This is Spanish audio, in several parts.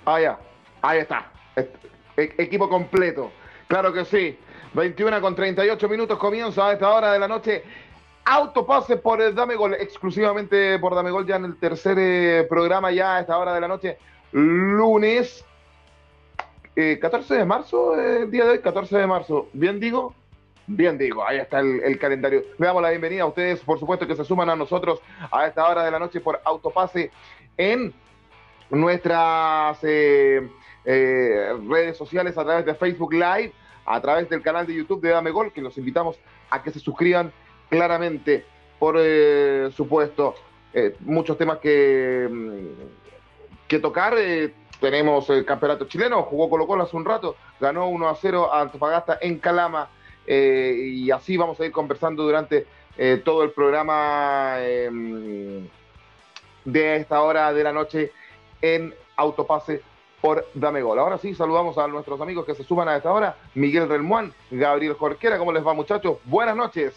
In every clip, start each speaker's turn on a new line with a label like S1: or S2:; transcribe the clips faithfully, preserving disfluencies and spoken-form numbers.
S1: Ah, ya. Ahí está. E- e- equipo completo. Claro que sí. veintiuno con treinta y ocho minutos comienza a esta hora de la noche. Autopase por el Dame Gol, exclusivamente por Dame Gol, ya en el tercer eh, programa, ya a esta hora de la noche, lunes eh, catorce de marzo, eh, el día de hoy, catorce de marzo. ¿Bien digo? Bien digo, ahí está el, el calendario. Le damos la bienvenida a ustedes, por supuesto, que se suman a nosotros a esta hora de la noche por Autopase en nuestras eh, eh, redes sociales, a través de Facebook Live, a través del canal de YouTube de Dame Gol, que los invitamos a que se suscriban claramente, por eh, supuesto, eh, muchos temas que, que tocar. Eh, tenemos el campeonato chileno, jugó Colo Colo hace un rato, ganó uno a cero a Antofagasta en Calama, eh, y así vamos a ir conversando durante eh, todo el programa eh, de esta hora de la noche en Autopase por Dame Gol. Ahora sí, saludamos a nuestros amigos que se suman a esta hora. Miguel Relmuán, Gabriel Jorquera, ¿cómo les va, muchachos? Buenas noches.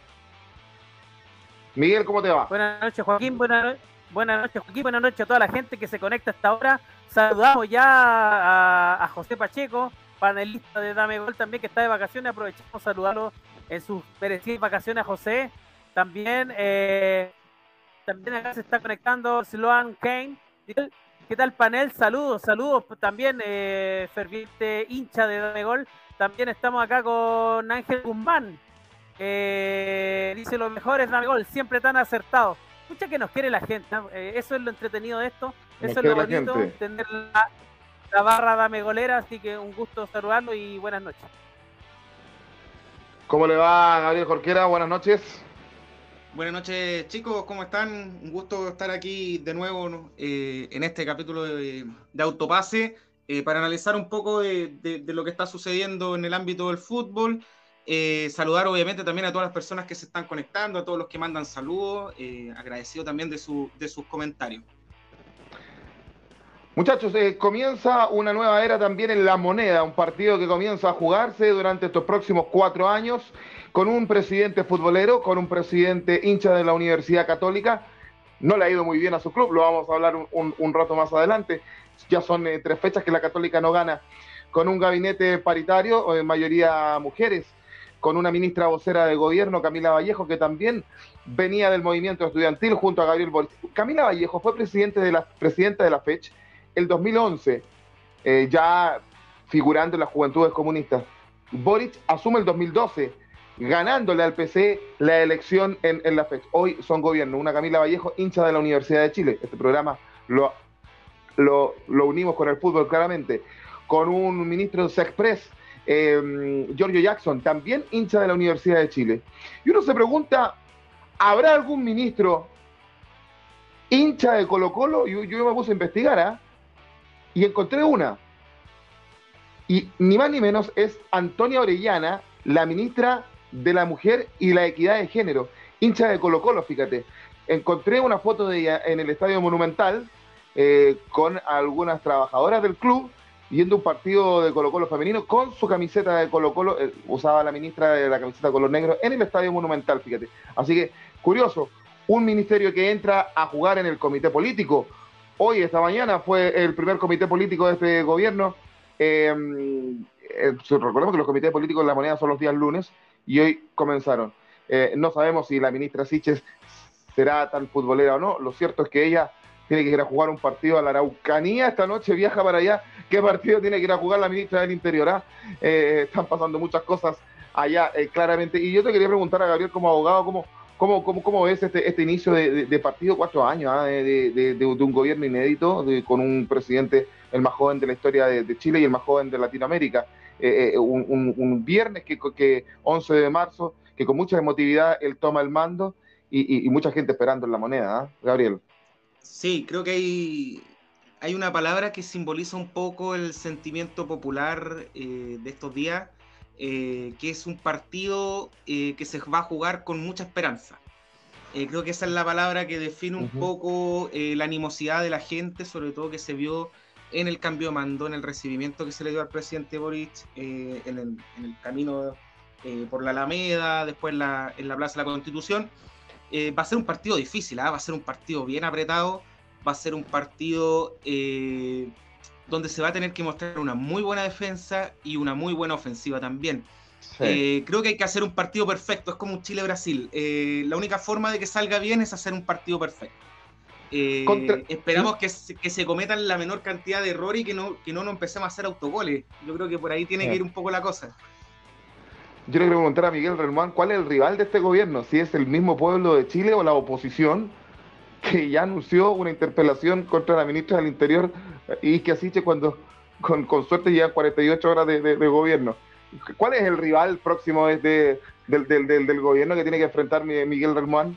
S1: Miguel, ¿cómo te va?
S2: Buenas noches, Joaquín. Buenas, no... Buenas noches, Joaquín. Buenas noches a toda la gente que se conecta hasta ahora. Saludamos ya a, a José Pacheco, panelista de Dame Gol también, que está de vacaciones. Aprovechamos a saludarlo en sus merecidas vacaciones a José. También, eh, también acá se está conectando Sloan Kane. ¿Qué tal, panel? Saludos, saludos. También, eh, ferviente hincha de Dame Gol. También estamos acá con Ángel Guzmán. Eh, dice los mejores Dame Gol, siempre tan acertados. Escucha que nos quiere la gente, ¿no? Eh, eso es lo entretenido de esto,
S1: Nos
S2: eso es
S1: quiere
S2: lo
S1: la
S2: bonito,
S1: gente.
S2: tener la, la barra Dame Golera, así que un gusto saludarlo y buenas noches.
S1: ¿Cómo le va, Gabriel Jorquera? Buenas noches.
S3: Buenas noches, chicos, ¿cómo están? Un gusto estar aquí de nuevo eh, en este capítulo de, de Autopase eh, para analizar un poco de, de, de lo que está sucediendo en el ámbito del fútbol. Eh, saludar obviamente también a todas las personas que se están conectando, a todos los que mandan saludos, eh, agradecido también de, su, de sus comentarios.
S1: Muchachos, eh, comienza una nueva era también en La Moneda, un partido que comienza a jugarse durante estos próximos cuatro años, con un presidente futbolero, con un presidente hincha de la Universidad Católica. No le ha ido muy bien a su club, lo vamos a hablar un, un, un rato más adelante. Ya son eh, tres fechas que la Católica no gana, con un gabinete paritario, en mayoría mujeres, con una ministra vocera de gobierno, Camila Vallejo, que también venía del movimiento estudiantil junto a Gabriel Boric. Camila Vallejo fue presidente de la, presidenta de la FECH el dos mil once, eh, ya figurando en las Juventudes Comunistas. Boric asume el dos mil doce, ganándole al P C la elección en, en la fecha. Hoy son gobierno, una Camila Vallejo, hincha de la Universidad de Chile. Este programa lo, lo, lo unimos con el fútbol claramente. Con un ministro de Sexpress, eh, Giorgio Jackson, también hincha de la Universidad de Chile. Y uno se pregunta, ¿habrá algún ministro hincha de Colo Colo? Yo, yo me puse a investigar, ¿ah? ¿eh? Y encontré una. Y ni más ni menos es Antonia Orellana, la ministra de la Mujer y la Equidad de Género, hincha de Colo Colo, fíjate. Encontré una foto de ella en el Estadio Monumental eh, con algunas trabajadoras del club viendo un partido de Colo Colo femenino con su camiseta de Colo Colo. Eh, usaba la ministra de la camiseta color negro en el Estadio Monumental, fíjate. Así que, curioso, un ministerio que entra a jugar en el comité político. Hoy, esta mañana, fue el primer comité político de este gobierno. Eh, eh, recordemos que los comités políticos de La Moneda son los días lunes y hoy comenzaron. Eh, no sabemos si la ministra Siches será tan futbolera o no. Lo cierto es que ella tiene que ir a jugar un partido a la Araucanía esta noche, viaja para allá. ¿Qué partido tiene que ir a jugar la ministra del Interior? ¿Ah? Eh, están pasando muchas cosas allá, eh, claramente. Y yo te quería preguntar a Gabriel, como abogado, ¿cómo, cómo, cómo, cómo ves este, este inicio de, de, de partido? Cuatro años ¿ah? de, de, de, de, un gobierno inédito, de, con un presidente el más joven de la historia de, de Chile y el más joven de Latinoamérica. Eh, eh, un, un, un viernes, que, que once de marzo, que con mucha emotividad él toma el mando y, y, y mucha gente esperando en La Moneda, ¿eh? Gabriel.
S3: Sí, creo que hay, hay una palabra que simboliza un poco el sentimiento popular eh, de estos días, eh, que es un partido eh, que se va a jugar con mucha esperanza. Eh, creo que esa es la palabra que define un uh-huh. poco eh, la animosidad de la gente, sobre todo que se vio en el cambio de mando, en el recibimiento que se le dio al presidente Boric, eh, en, el, en el camino eh, por la Alameda, después en la, en la Plaza de la Constitución. Eh, va a ser un partido difícil, ¿eh? Va a ser un partido bien apretado, va a ser un partido eh, donde se va a tener que mostrar una muy buena defensa y una muy buena ofensiva también. Sí. Eh, creo que hay que hacer un partido perfecto, es como un Chile-Brasil. Eh, la única forma de que salga bien es hacer un partido perfecto. Eh, Contra... Esperamos que se, que se cometan la menor cantidad de errores y que no, que no nos empecemos a hacer autogoles. Yo creo que por ahí tiene sí. que ir un poco la cosa.
S1: Yo le quiero preguntar a Miguel Relmuán, ¿cuál es el rival de este gobierno? Si es el mismo pueblo de Chile o la oposición, que ya anunció una interpelación contra la ministra del Interior, Isquia Siche, cuando con, con suerte llevan cuarenta y ocho horas de, de, de gobierno. ¿Cuál es el rival próximo de, de, del, del, del, del gobierno que tiene que enfrentar Miguel Relmuán?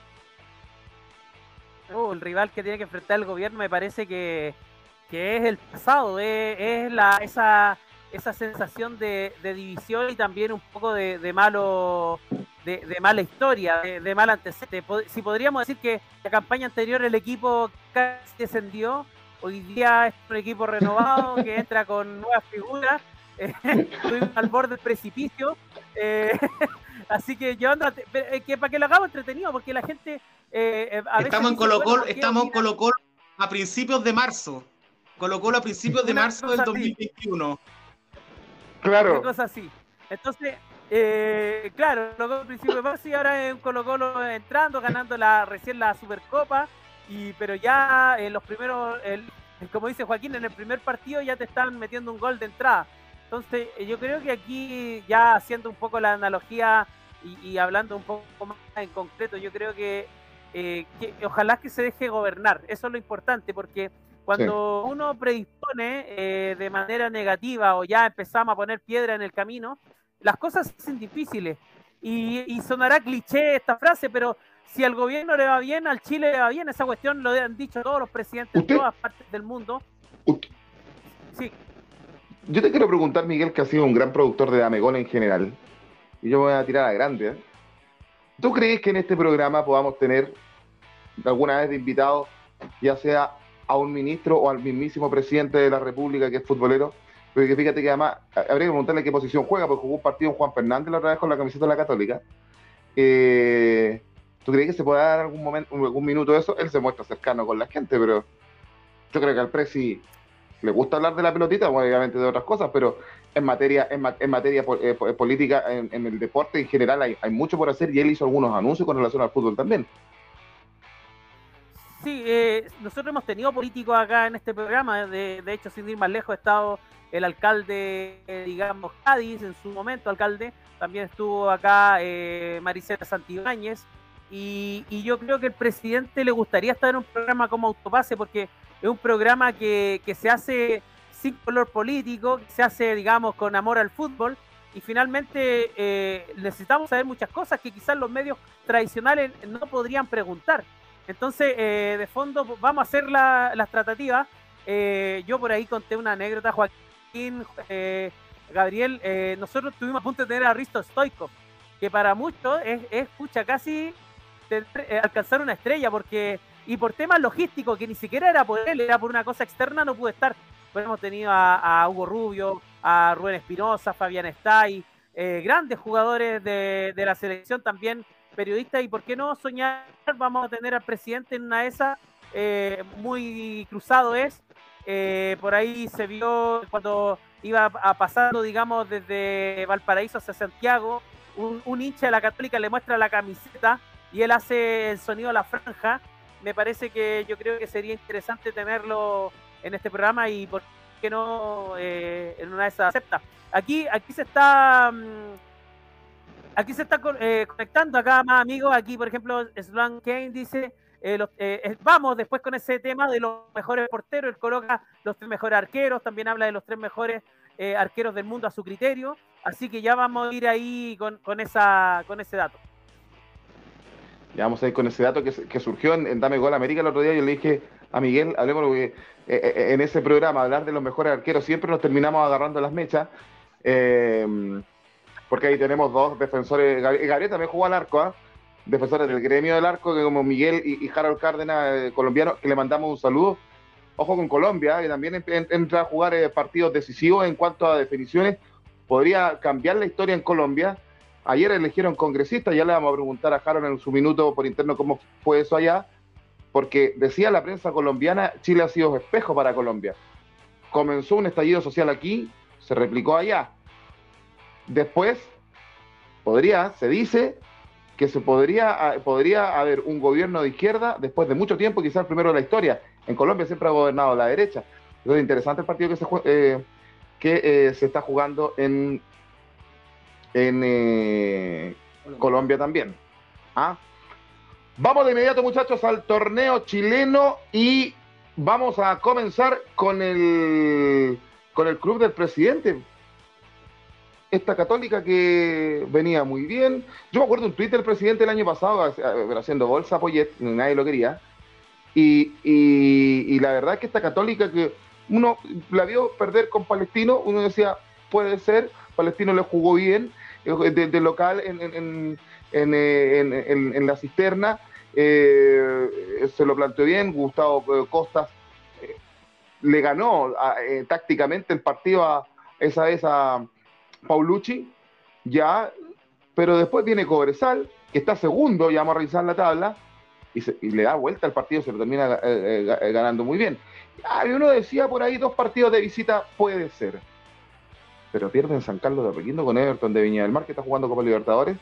S2: Oh, el rival que tiene que enfrentar el gobierno me parece que, que es el pasado, es, es la, esa, esa sensación de, de división y también un poco de, de malo... De, de mala historia, de, de mal antecedente. Si podríamos decir que la campaña anterior el equipo casi descendió, hoy día es un equipo renovado que entra con nuevas figuras, eh, estuvimos al borde del precipicio, eh, así que yo ando, eh, que para que lo hagamos entretenido, porque la gente
S3: eh, a estamos en Colo Colo, bueno, estamos en Colo Colo a principios de marzo, Colo Colo a principios de marzo del dos mil veintiuno.
S1: Claro.
S2: Una cosa así. Entonces, Eh, claro, luego al principio de marzo y ahora en Colo Colo entrando, ganando la recién la Supercopa, y pero ya en los primeros, el, como dice Joaquín, en el primer partido ya te están metiendo un gol de entrada. Entonces yo creo que aquí, ya haciendo un poco la analogía y, y hablando un poco más en concreto, yo creo que, eh, que ojalá que se deje gobernar, eso es lo importante, porque cuando sí. uno predispone eh, de manera negativa o ya empezamos a poner piedra en el camino, las cosas son difíciles y, y sonará cliché esta frase, pero si al gobierno le va bien, al Chile le va bien. Esa cuestión lo han dicho todos los presidentes de todas partes del mundo.
S1: Usted,
S2: sí.
S1: Yo te quiero preguntar, Miguel, que ha sido un gran productor de Damegol en general, y yo me voy a tirar a grande, ¿eh? ¿Tú crees que en este programa podamos tener alguna vez de invitado, ya sea a un ministro o al mismísimo presidente de la República, que es futbolero? Porque fíjate que además habría que preguntarle qué posición juega, porque jugó un partido en Juan Fernández la otra vez con la camiseta de la Católica. Eh, ¿Tú crees que se puede dar algún momento, algún minuto de eso? Él se muestra cercano con la gente, pero yo creo que al Presi le gusta hablar de la pelotita, obviamente de otras cosas, pero en materia, en, en materia eh, política, en, en el deporte en general hay, hay mucho por hacer, y él hizo algunos anuncios con relación al fútbol también.
S2: Sí, eh, nosotros hemos tenido políticos acá en este programa, de, de hecho, sin ir más lejos, ha estado el alcalde, eh, digamos, Cádiz, en su momento alcalde, también estuvo acá eh, Maricela Santibáñez, y, y yo creo que el presidente le gustaría estar en un programa como Autopase, porque es un programa que, que se hace sin color político, que se hace, digamos, con amor al fútbol, y finalmente eh, necesitamos saber muchas cosas que quizás los medios tradicionales no podrían preguntar. Entonces, eh, de fondo, vamos a hacer la, las tratativas. Eh, yo por ahí conté una anécdota, Joaquín, Eh, Gabriel, eh, nosotros estuvimos a punto de tener a Risto Stoichkov, que para muchos es, es pucha, casi tener, eh, alcanzar una estrella, porque y por temas logísticos, que ni siquiera era por él, era por una cosa externa, no pudo estar. Pero hemos tenido a, a Hugo Rubio, a Rubén Espinosa, Fabián Estay, eh, grandes jugadores de, de la selección, también periodistas, y por qué no soñar, vamos a tener al presidente en una de esas, eh, muy cruzado es. Eh, por ahí se vio cuando iba a pasando, digamos, desde Valparaíso hacia Santiago, un, un hincha de la Católica le muestra la camiseta y él hace el sonido a la franja. Me parece que yo creo que sería interesante tenerlo en este programa, y por qué no eh, en una de esas acepta. Aquí, aquí se está aquí se está eh, conectando acá más amigos. Aquí, por ejemplo, Slan Kane dice Eh, los, eh, vamos después con ese tema de los mejores porteros. Él coloca los tres mejores arqueros, también habla de los tres mejores eh, arqueros del mundo a su criterio, así que ya vamos a ir ahí con, con, esa, con ese dato.
S1: Ya vamos a ir con ese dato que, que surgió en, en Dame Gol América el otro día. Yo le dije a Miguel, hablemos porque eh, en ese programa, hablar de los mejores arqueros, siempre nos terminamos agarrando las mechas, eh, porque ahí tenemos dos defensores. Gabriel, Gabriel también jugó al arco, ¿eh? Defensores del gremio del arco, que como Miguel y, y Harold Cárdenas, eh, colombianos, que le mandamos un saludo. Ojo con Colombia, que también entra a jugar eh, partidos decisivos en cuanto a definiciones. Podría cambiar la historia en Colombia. Ayer eligieron congresistas, ya le vamos a preguntar a Harold en su minuto por interno cómo fue eso allá, porque decía la prensa colombiana, Chile ha sido espejo para Colombia. comenzó un estallido social aquí, se replicó allá. Después, podría, se dice que se podría, podría haber un gobierno de izquierda después de mucho tiempo, quizás el primero de la historia. En Colombia siempre ha gobernado la derecha. Entonces, interesante el partido que se, eh, que, eh, se está jugando en, en eh, Colombia. Colombia también. ¿Ah? Vamos de inmediato, muchachos, al torneo chileno y vamos a comenzar con el, con el club del presidente. Esta Católica que venía muy bien. Yo me acuerdo un tweet del presidente el año pasado haciendo bolsa Poyet, nadie lo quería. Y, y, y la verdad es que esta Católica que uno la vio perder con Palestino, uno decía, puede ser, Palestino le jugó bien, de, de local en, en, en, en, en, en la cisterna, eh, se lo planteó bien, Gustavo Costas eh, le ganó eh, tácticamente el partido a esa vez a Paulucci, ya, pero después viene Cobresal, que está segundo, ya vamos a revisar la tabla, y, se, y le da vuelta al partido, se lo termina eh, eh, ganando muy bien. Ah, y uno decía por ahí, dos partidos de visita puede ser, pero pierden San Carlos de Apoquindo con Everton de Viña del Mar, que está jugando Copa Libertadores,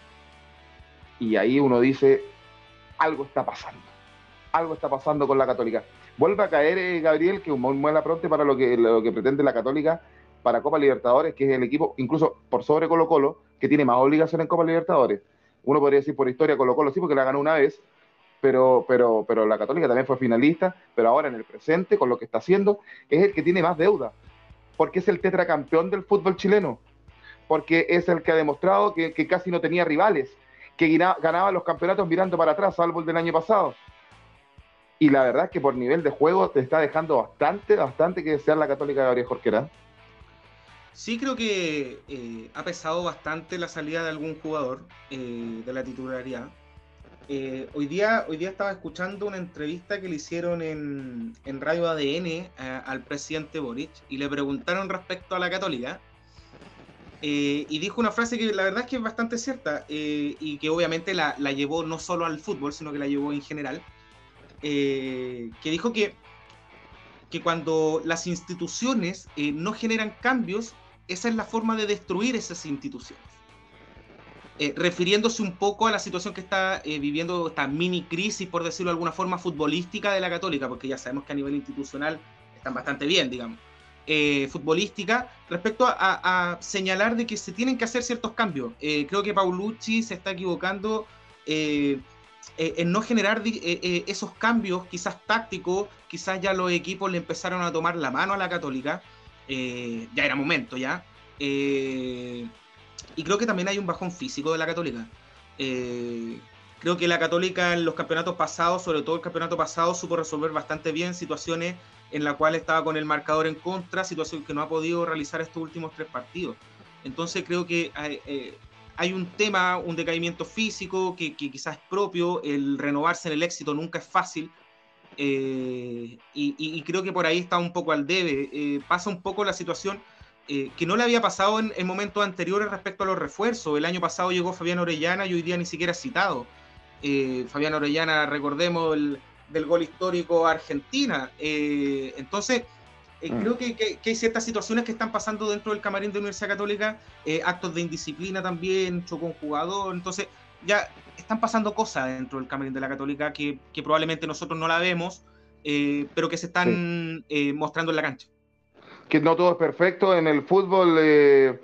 S1: y ahí uno dice, algo está pasando, algo está pasando con la Católica. Vuelve a caer eh, Gabriel, que un muy mala pronte para lo que, lo que pretende la Católica para Copa Libertadores, que es el equipo, incluso por sobre Colo Colo, que tiene más obligación en Copa Libertadores. Uno podría decir por historia Colo Colo sí, porque la ganó una vez, pero, pero, pero la Católica también fue finalista, pero ahora en el presente, con lo que está haciendo, es el que tiene más deuda, porque es el tetracampeón del fútbol chileno, porque es el que ha demostrado que, que casi no tenía rivales, que ganaba los campeonatos mirando para atrás, salvo el del año pasado. Y la verdad es que por nivel de juego te está dejando bastante, bastante que desear la Católica de Gabriel Jorquera.
S3: Sí, creo que eh, ha pesado bastante la salida de algún jugador eh, de la titularidad. Eh, hoy, día, hoy día estaba escuchando una entrevista que le hicieron en, en Radio A D N eh, al presidente Boric y le preguntaron respecto a la Católica eh, y dijo una frase que la verdad es que es bastante cierta eh, y que obviamente la, la llevó no solo al fútbol, sino que la llevó en general, eh, que dijo que, que cuando las instituciones eh, no generan cambios, esa es la forma de destruir esas instituciones. Eh, refiriéndose un poco a la situación que está eh, viviendo esta mini crisis, por decirlo de alguna forma, futbolística de la Católica, porque ya sabemos que a nivel institucional están bastante bien, digamos, eh, futbolística, respecto a, a, a señalar de que se tienen que hacer ciertos cambios. Eh, creo que Paulucci se está equivocando eh, eh, en no generar eh, eh, esos cambios, quizás tácticos, quizás ya los equipos le empezaron a tomar la mano a la Católica, eh, ya era momento, ya. Eh, Y creo que también hay un bajón físico de la Católica. Eh, creo que la Católica en los campeonatos pasados, sobre todo el campeonato pasado, supo resolver bastante bien situaciones en las cuales estaba con el marcador en contra, situaciones que no ha podido realizar estos últimos tres partidos. Entonces creo que hay, eh, hay un tema, un decaimiento físico que, que quizás es propio, el renovarse en el éxito nunca es fácil, eh, y, y creo que por ahí está un poco al debe. Eh, pasa un poco la situación Eh, que no le había pasado en, en momentos anteriores respecto a los refuerzos. El año pasado llegó Fabián Orellana y hoy día ni siquiera es citado. Eh, Fabián Orellana, recordemos, el, del gol histórico a Argentina. Eh, entonces, eh, mm. creo que, que, que hay ciertas situaciones que están pasando dentro del camarín de Universidad Católica, eh, actos de indisciplina también, chocó un jugador. Entonces, ya están pasando cosas dentro del camarín de la Católica que, que probablemente nosotros no la vemos, eh, pero que se están sí. eh, mostrando en la cancha.
S1: Que no todo es perfecto en el fútbol, eh,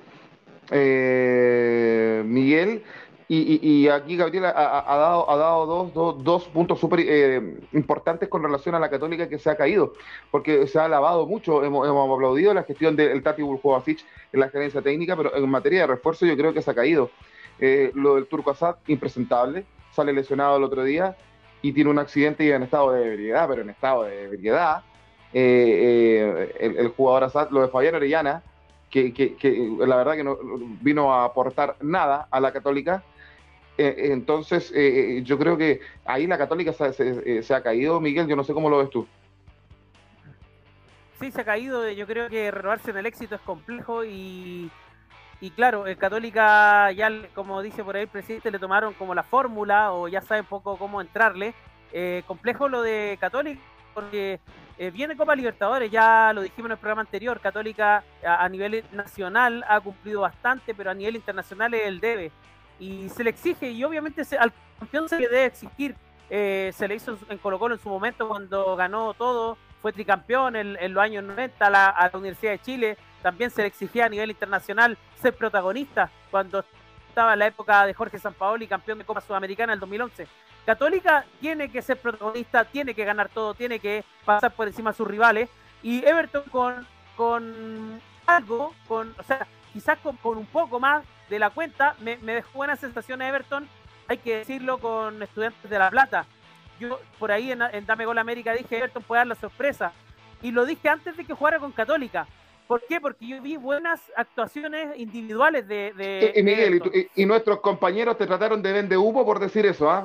S1: eh, Miguel, y, y, y aquí Gabriel ha, ha dado, ha dado dos, dos, dos puntos súper eh, importantes con relación a la Católica que se ha caído, porque se ha alabado mucho, hemos, hemos aplaudido la gestión del Tati Buljovacic en la gerencia técnica, pero en materia de refuerzo yo creo que se ha caído. Eh, lo del Turco Asad, impresentable, sale lesionado el otro día y tiene un accidente y en estado de ebriedad, pero en estado de ebriedad. Eh, eh, el, el jugador Asad, lo de Fabián Orellana, que, que, que la verdad que no vino a aportar nada a la Católica. Eh, entonces, eh, yo creo que ahí la Católica se, se, se ha caído, Miguel, yo no sé cómo lo ves tú.
S2: Sí, se ha caído, yo creo que renovarse en el éxito es complejo y, y claro, el Católica ya, como dice por ahí el presidente, le tomaron como la fórmula o ya sabe un poco cómo entrarle. Eh, complejo lo de Católica, porque eh, viene Copa Libertadores, ya lo dijimos en el programa anterior, Católica a, a nivel nacional ha cumplido bastante, pero a nivel internacional es el debe. Y se le exige, y obviamente se, al campeón se le debe exigir. Eh, se le hizo en Colo-Colo en su momento cuando ganó todo, fue tricampeón en, en los años noventa a la, a la Universidad de Chile. También se le exigía a nivel internacional ser protagonista cuando estaba en la época de Jorge Sampaoli, campeón de Copa Sudamericana en el dos mil once. Católica tiene que ser protagonista, tiene que ganar todo, tiene que pasar por encima de sus rivales. Y Everton con, con algo, con, o sea, quizás con, con un poco más de la cuenta, me, me dejó buena sensación Everton, hay que decirlo, con Estudiantes de La Plata. Yo por ahí en, en Dame Gol América dije Everton puede dar la sorpresa. Y lo dije antes de que jugara con Católica. ¿Por qué? Porque yo vi buenas actuaciones individuales de, de,
S1: Eh, eh, Miguel,
S2: de
S1: y, tu, y, y nuestros compañeros te trataron de vende humo por decir eso, ¿ah?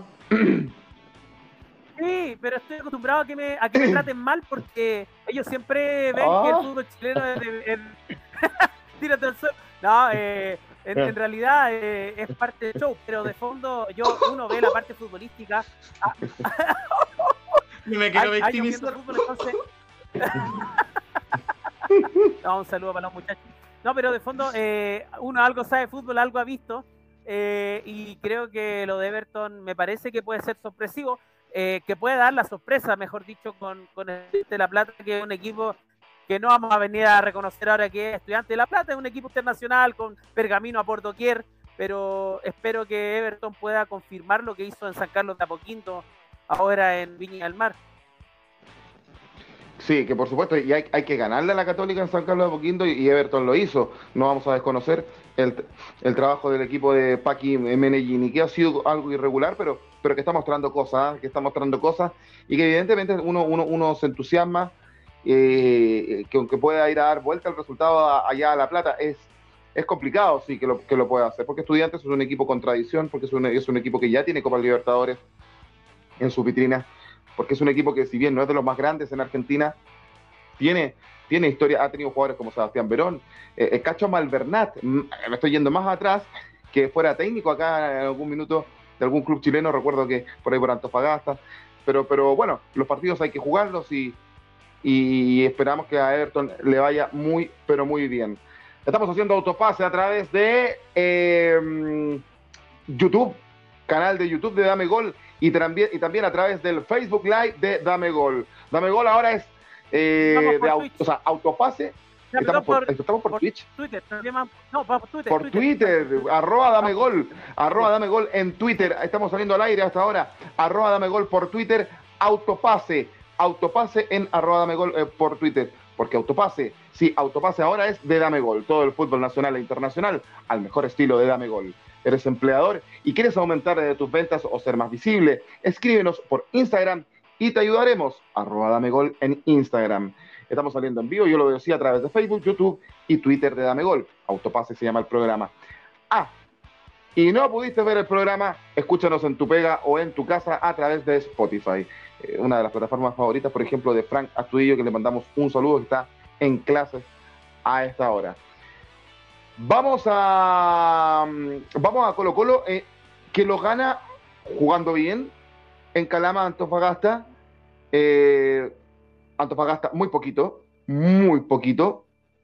S2: Sí, pero estoy acostumbrado a que me, a que me traten mal porque ellos siempre ven
S1: Ah.
S2: que el fútbol chileno es de, es... Tírate al sol. No, eh, en, en realidad eh, es parte del show, pero de fondo yo uno ve la parte futbolística. Ah,
S3: Y me quiero
S2: hay- años viendo
S3: victimizar.
S2: fútbol, entonces... No, un saludo para los muchachos. No, pero de fondo eh, uno algo sabe de fútbol, algo ha visto, eh, y creo que lo de Everton me parece que puede ser sorpresivo, eh, que puede dar la sorpresa, mejor dicho, con, con el de La Plata, que es un equipo que no vamos a venir a reconocer ahora que es Estudiante de La Plata, es un equipo internacional con pergamino a por doquier, pero espero que Everton pueda confirmar lo que hizo en San Carlos de Apoquindo, ahora en Viña del Mar.
S1: Sí, que por supuesto, y hay, hay que ganarle a la Católica en San Carlos de Apoquindo, y, y Everton lo hizo. No vamos a desconocer el, el trabajo del equipo de Paqui Menellini, que ha sido algo irregular, pero, pero que está mostrando cosas, ¿eh? que está mostrando cosas, y que evidentemente uno, uno, uno se entusiasma, eh, que aunque pueda ir a dar vuelta el resultado a, allá a La Plata, es, es complicado, sí, que lo, que lo pueda hacer, porque Estudiantes es un equipo con tradición, porque es un, es un equipo que ya tiene Copa Libertadores en sus vitrinas, porque es un equipo que, si bien no es de los más grandes en Argentina, tiene, tiene historia, ha tenido jugadores como Sebastián Verón, eh, el Cacho Malvernat, me estoy yendo más atrás, que fuera técnico acá en algún minuto de algún club chileno, recuerdo que por ahí por Antofagasta, pero, pero bueno, los partidos hay que jugarlos y, y esperamos que a Everton le vaya muy, pero muy bien. Estamos haciendo autopase a través de eh, YouTube, canal de YouTube de Dame Gol, y también, y también a través del Facebook Live de Dame Gol. Dame Gol ahora es eh, de auto, o sea, autopase.
S2: Ya,
S1: Estamos
S2: perdón,
S1: por, estamos por, por Twitch.
S2: Twitter, también más- no, por Twitter.
S1: Por Twitter, arroba Dame Gol, arroba Dame Gol en Twitter. Estamos saliendo al aire hasta ahora. Arroba Dame Gol por Twitter. Autopase, autopase en arroba Dame Gol eh, por Twitter. Porque autopase, sí, autopase ahora es de Dame Gol. Todo el fútbol nacional e internacional al mejor estilo de Dame Gol. ¿Eres empleador y quieres aumentar eh, tus ventas o ser más visible? Escríbenos por Instagram y te ayudaremos. Arroba Dame Gol en Instagram. Estamos saliendo en vivo, yo lo decía a través de Facebook, YouTube y Twitter de Dame Gol. Autopase se llama el programa. Ah, y no pudiste ver el programa, escúchanos en tu pega o en tu casa a través de Spotify. Eh, una de las plataformas favoritas, por ejemplo, de Frank Astudillo, que le mandamos un saludo, que está en clases a esta hora. Vamos a vamos a Colo Colo, eh, que lo gana jugando bien en Calama, Antofagasta. Eh, Antofagasta muy poquito, muy poquito.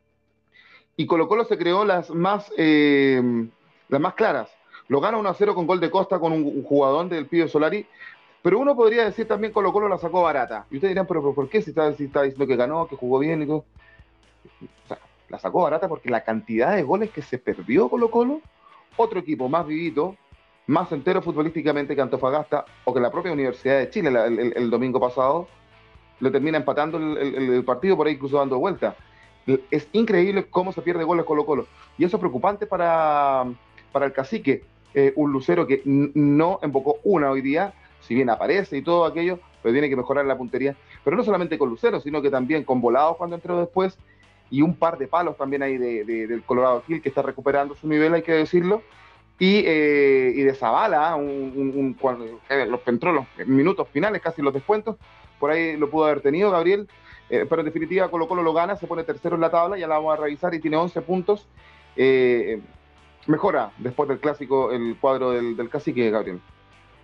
S1: Y Colo Colo se creó las más, eh, las más claras. Lo gana uno a cero con gol de Costa, con un, un jugador del Pibe Solari. Pero uno podría decir también Colo Colo la sacó barata. Y ustedes dirán, pero, pero ¿por qué? Si está, si está diciendo que ganó, que jugó bien y todo. O sea, la sacó barata porque la cantidad de goles que se perdió Colo Colo, otro equipo más vivito, más entero futbolísticamente que Antofagasta o que la propia Universidad de Chile el, el, el domingo pasado, le termina empatando el, el, el partido, por ahí incluso dando vuelta. Es increíble cómo se pierde goles Colo Colo. Y eso es preocupante para, para el Cacique, eh, un Lucero que no embocó una hoy día, si bien aparece y todo aquello, pero tiene que mejorar la puntería. Pero no solamente con Lucero, sino que también con Volados cuando entró después, y un par de palos también ahí de, de, del Colorado Gil, que está recuperando su nivel, hay que decirlo, y, eh, y de Zavala, un, un, un, cuando, eh, los, entró los minutos finales, casi los descuentos, por ahí lo pudo haber tenido Gabriel, eh, pero en definitiva Colo Colo lo gana, se pone tercero en la tabla, ya la vamos a revisar, y tiene once puntos, eh, mejora después del clásico el cuadro del, del Cacique, Gabriel.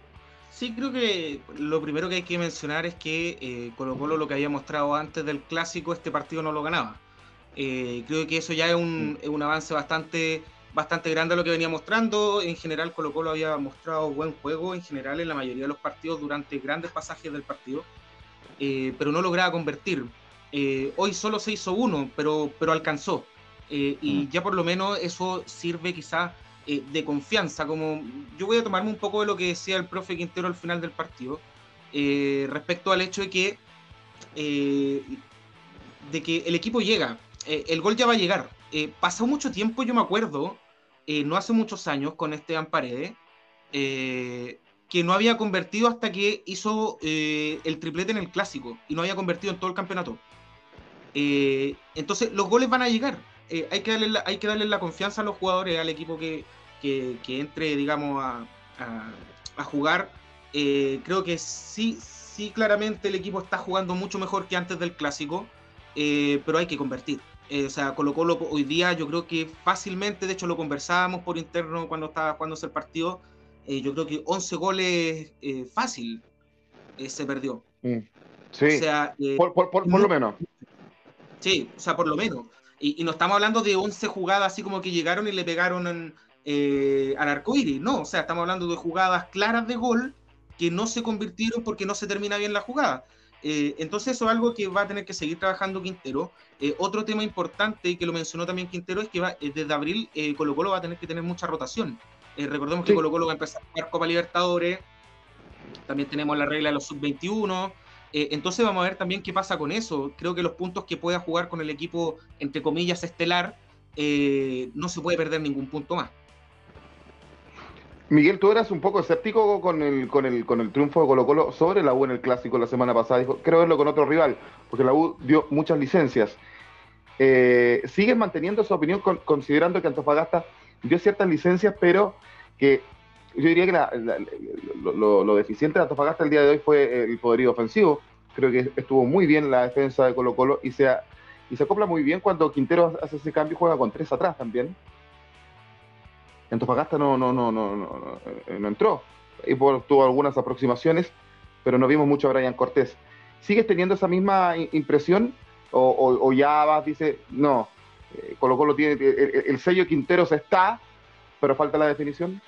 S3: Sí, creo que lo primero que hay que mencionar es que eh, Colo Colo, lo que había mostrado antes del clásico, este partido no lo ganaba. Eh, creo que eso ya es un, es un avance bastante, bastante grande a lo que venía mostrando. En general, Colo Colo había mostrado buen juego en general en la mayoría de los partidos durante grandes pasajes del partido, eh, pero no lograba convertir. Eh, hoy solo se hizo uno, pero, pero alcanzó. Eh, y ya por lo menos eso sirve quizás eh, de confianza. Como yo voy a tomarme un poco de lo que decía el profe Quintero al final del partido, eh, respecto al hecho de que, eh, de que el equipo llega. Eh, el gol ya va a llegar. Eh, pasó mucho tiempo, yo me acuerdo, eh, no hace muchos años, con Esteban Paredes, eh, que no había convertido hasta que hizo eh, el triplete en el clásico, y no había convertido en todo el campeonato. Eh, entonces los goles van a llegar. Eh, hay, que darle la, hay que darle la confianza a los jugadores, al equipo que, que, que entre, digamos, a, a, a jugar. Eh, creo que sí, sí, claramente el equipo está jugando mucho mejor que antes del clásico, eh, pero hay que convertir. Eh, o sea, Colo Colo hoy día yo creo que fácilmente, de hecho lo conversábamos por interno cuando estaba jugándose el partido, eh, yo creo que once goles eh, fácil eh, se perdió.
S1: Mm. Sí,
S3: o sea, eh,
S1: por, por, por, por lo menos.
S3: Sí, o sea, por lo menos. Y, y no estamos hablando de once jugadas así como que llegaron y le pegaron en, eh, al arcoíris, no, o sea, estamos hablando de jugadas claras de gol que no se convirtieron porque no se termina bien la jugada. Eh, entonces eso es algo que va a tener que seguir trabajando Quintero. Eh, otro tema importante, y que lo mencionó también Quintero, es que va, eh, desde abril eh, Colo Colo va a tener que tener mucha rotación. Eh, recordemos que
S1: Sí.
S3: Colo Colo va a empezar a jugar Copa Libertadores, también tenemos la regla de los sub veintiuno. Eh, entonces vamos a ver también qué pasa con eso. Creo que los puntos que pueda jugar con el equipo, entre comillas, estelar, eh, no se puede perder ningún punto más.
S1: Miguel, tú eras un poco escéptico con el, con el, con el triunfo de Colo Colo sobre la U en el Clásico la semana pasada. Dijo, quiero verlo con otro rival, porque la U dio muchas licencias. Eh, ¿Sigues manteniendo esa opinión con, considerando que Antofagasta dio ciertas licencias, pero que yo diría que la, la, lo, lo, lo deficiente de Antofagasta el día de hoy fue el poderío ofensivo? Creo que estuvo muy bien la defensa de Colo Colo y se, y se acopla muy bien cuando Quintero hace ese cambio y juega con tres atrás también. Antofagasta no, no, no, no, no, no, no entró. Y por, tuvo algunas aproximaciones, pero no vimos mucho a Brian Cortés. ¿Sigues teniendo esa misma impresión? ¿O, o, o ya vas, dice, no, eh, Colo Colo tiene, el, el sello Quinteros está, pero falta la definición?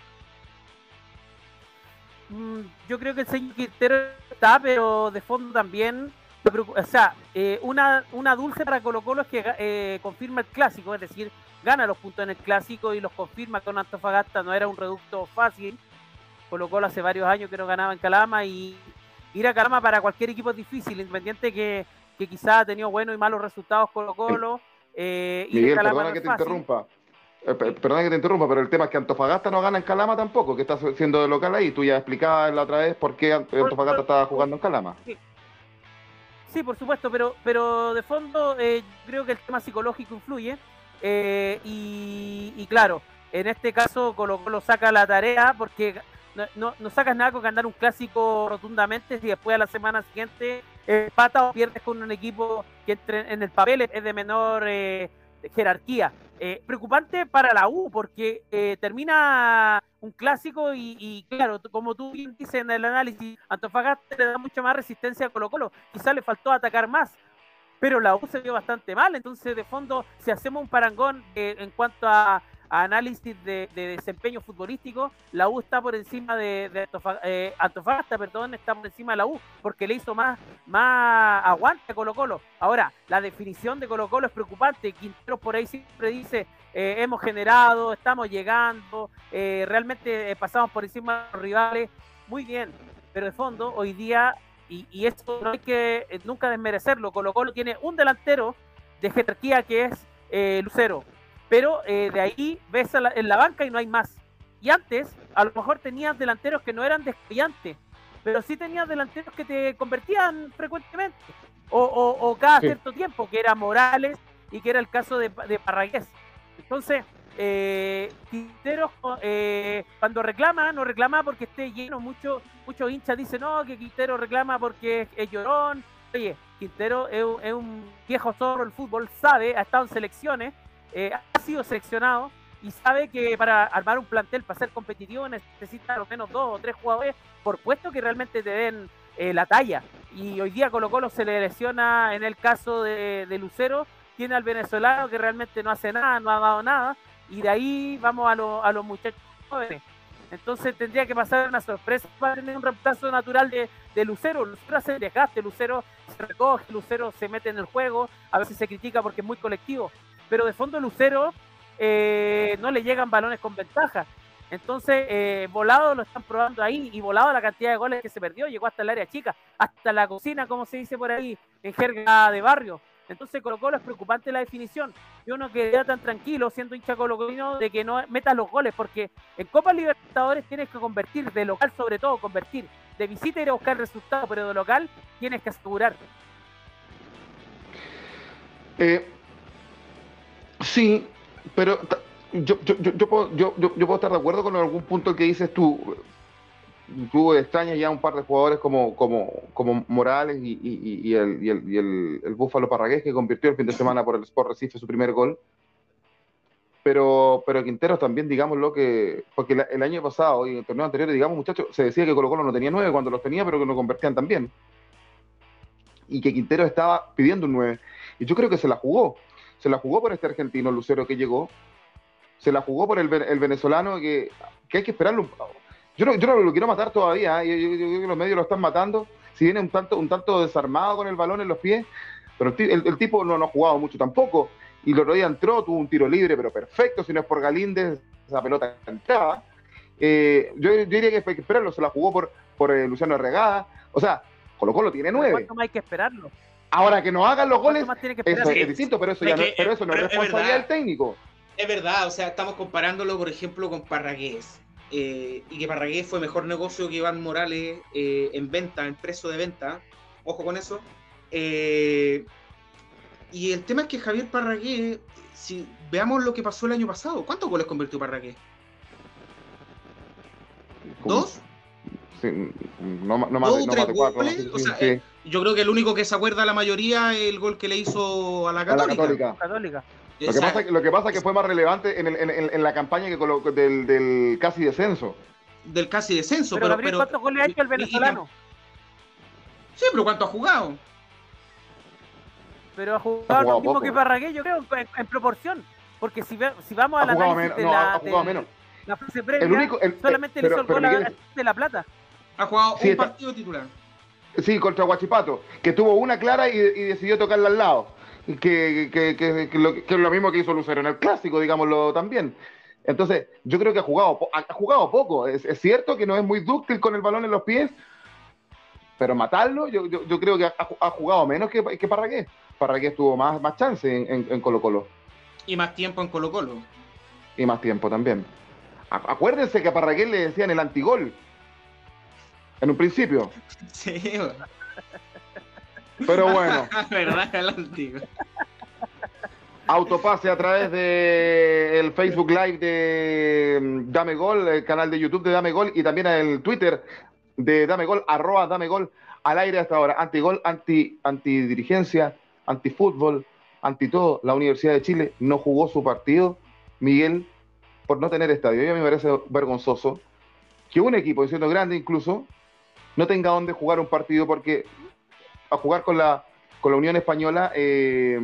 S2: Mm, yo creo que el sello Quintero está, pero de fondo también. O sea, eh, una, una dulce para Colo Colo es que eh, confirma el clásico, es decir, gana los puntos en el clásico y los confirma con Antofagasta. No era un reducto fácil. Colo Colo hace varios años que no ganaba en Calama, y ir a Calama para cualquier equipo es difícil, independiente que, que quizás ha tenido buenos y malos resultados Colo Colo. Eh,
S1: Miguel, perdona no que te fácil. interrumpa. Eh, perdona que te interrumpa, pero el tema es que Antofagasta no gana en Calama tampoco, que está siendo de local ahí. Tú ya explicabas la otra vez por qué Antofagasta por, por, estaba jugando en Calama.
S2: Sí. Sí, por supuesto, pero, pero de fondo eh, creo que el tema psicológico influye. Eh, y, y claro, en este caso Colo Colo saca la tarea, porque no, no, no sacas nada con ganar un clásico rotundamente si después a la semana siguiente empata o pierdes con un equipo que entre en el papel es de menor eh, jerarquía. Eh, preocupante para la U, porque eh, termina un clásico y, y claro, como tú bien dices en el análisis, Antofagasta le da mucha más resistencia a Colo Colo, quizás le faltó atacar más, pero la U se vio bastante mal. Entonces de fondo, si hacemos un parangón eh, en cuanto a, a análisis de, de desempeño futbolístico, la U está por encima de, de Antofagasta, eh, Antofagasta, perdón, está por encima de la U, porque le hizo más, más aguante a Colo Colo. Ahora, la definición de Colo Colo es preocupante. Quintero por ahí siempre dice, eh, hemos generado, estamos llegando, eh, realmente eh, pasamos por encima de los rivales, muy bien, pero de fondo, hoy día, y, y esto no hay que eh, nunca desmerecerlo, Colo Colo tiene un delantero de jerarquía que es eh, Lucero, pero eh, de ahí ves la, en la banca y no hay más. Y antes, a lo mejor tenías delanteros que no eran descollantes, pero sí tenías delanteros que te convertían frecuentemente, o, o, o cada sí. cierto tiempo, que era Morales y que era el caso de, de Parragués. Entonces, eh, Quintero eh, cuando reclama, no reclama porque esté lleno. Muchos mucho hinchas dicen, no, que Quintero reclama porque es, es llorón. Oye, Quintero es, es un viejo zorro del fútbol, sabe, ha estado en selecciones, eh, ha sido seleccionado, y sabe que para armar un plantel, para ser competitivo, necesita al menos dos o tres jugadores por puesto que realmente te den eh, la talla. Y hoy día Colo Colo se le lesiona, en el caso de, de Lucero, tiene al venezolano que realmente no hace nada, no ha dado nada, y de ahí vamos a, lo, a los muchachos jóvenes. Entonces tendría que pasar una sorpresa para tener un reemplazo natural de, de Lucero. Lucero hace el desgaste, Lucero se recoge, Lucero se mete en el juego, a veces se critica porque es muy colectivo, pero de fondo Lucero eh, no le llegan balones con ventaja. Entonces, eh, Volado lo están probando ahí, y Volado la cantidad de goles que se perdió, llegó hasta el área chica, hasta la cocina, como se dice por ahí, en jerga de barrio. Entonces, Colo Colo es preocupante la definición. Yo no quedé tan tranquilo, siendo hincha colocolino, de que no metas los goles, porque en Copa Libertadores tienes que convertir, de local sobre todo, convertir. De visita ir a buscar resultados, pero de local tienes que asegurar.
S1: Eh, sí, pero yo, yo, yo, yo, puedo, yo, yo, yo puedo estar de acuerdo con algún punto que dices tú. Tú extrañas ya un par de jugadores como, como, como Morales y, y, y, el, y, el, y el, el Búfalo Parragués, que convirtió el fin de semana por el Sport Recife su primer gol. Pero, pero Quinteros también, digámoslo, que porque la, el año pasado y en el torneo anterior, digamos, muchachos, se decía que Colo Colo no tenía nueve cuando los tenía, pero que no convertían también. Y que Quintero estaba pidiendo un nueve. Y yo creo que se la jugó. Se la jugó por este argentino Lucero que llegó. Se la jugó por el, el venezolano que, que hay que esperarlo un poco. Yo no, yo no lo quiero matar todavía, ¿eh? yo, yo, yo creo que los medios lo están matando, si viene un tanto, un tanto desarmado con el balón en los pies, pero el, el, el tipo no, no ha jugado mucho tampoco, y el otro día entró, tuvo un tiro libre, pero perfecto, si no es por Galíndez, esa pelota entraba. Eh, yo, yo diría que hay que esperarlo, se la jugó por, por eh, Luciano Regada, o sea, Colo Colo tiene nueve.
S2: ¿Cuánto más hay que esperarlo?
S1: Ahora que no hagan los goles, eso
S3: sí.
S1: es distinto, pero eso, ya no, pero eso no es responsabilidad del técnico.
S3: Es verdad, o sea, estamos comparándolo, por ejemplo, con Parragués. Eh, y que Parragués fue mejor negocio que Iván Morales eh, en venta, en precio de venta, ojo con eso. Eh, y el tema es que Javier Parragués, si veamos lo que pasó el año pasado, ¿cuántos goles convirtió Parragués? ¿Dos?
S1: Sí, no, no más,
S3: ¿Dos
S1: no
S3: tres
S1: más de cuatro.
S3: goles?
S1: No sé,
S3: o sea,
S1: sí.
S3: eh, yo creo que el único que se acuerda la mayoría es el gol que le hizo a la Católica.
S1: A la Católica.
S2: Católica.
S1: Lo que, pasa, lo que pasa es que fue más relevante en, el, en, en la campaña que colocó del, del casi descenso.
S3: Del casi descenso.
S2: Pero, pero, Gabriel, pero ¿cuántos goles ha hecho el venezolano?
S3: Y, y, sí, pero ¿cuánto ha jugado?
S2: Pero ha jugado, ha jugado lo mismo poco. que Parragués, yo creo, en, en proporción. Porque si, ve, si vamos a la
S1: análisis de
S2: no,
S1: la, ha jugado de, menos.
S2: la fase previa,
S1: el único, el,
S2: solamente
S1: pero,
S2: le hizo el gol Miguel, de La Plata.
S3: Ha jugado
S1: sí,
S3: un
S1: está,
S3: partido titular.
S1: Sí, contra Huachipato, que tuvo una clara y, y decidió tocarla al lado. Que, que, que, que, lo, que es lo mismo que hizo Lucero en el clásico, digámoslo también. Entonces, yo creo que ha jugado, ha jugado poco. Es, es cierto que no es muy dúctil con el balón en los pies, pero matarlo, yo, yo, yo creo que ha, ha jugado menos que, que Parragués. Parragués tuvo más, más chance en, en, en Colo Colo.
S3: Y más tiempo en Colo Colo.
S1: Y más tiempo también. A, acuérdense que a Parragués le decían el antigol. En un principio.
S3: Sí, bueno.
S1: Pero bueno.
S3: ¿Verdad? El antiguo.
S1: Autopase a través de el Facebook Live de Dame Gol, el canal de YouTube de Dame Gol y también el Twitter de Dame Gol, arroba Dame Gol, al aire hasta ahora. Antigol, anti, antidirigencia, antifútbol, anti todo. La Universidad de Chile no jugó su partido, Miguel, por no tener estadio. Y a mí me parece vergonzoso que un equipo, siendo grande incluso, no tenga dónde jugar un partido porque a jugar con la, con la Unión Española, eh,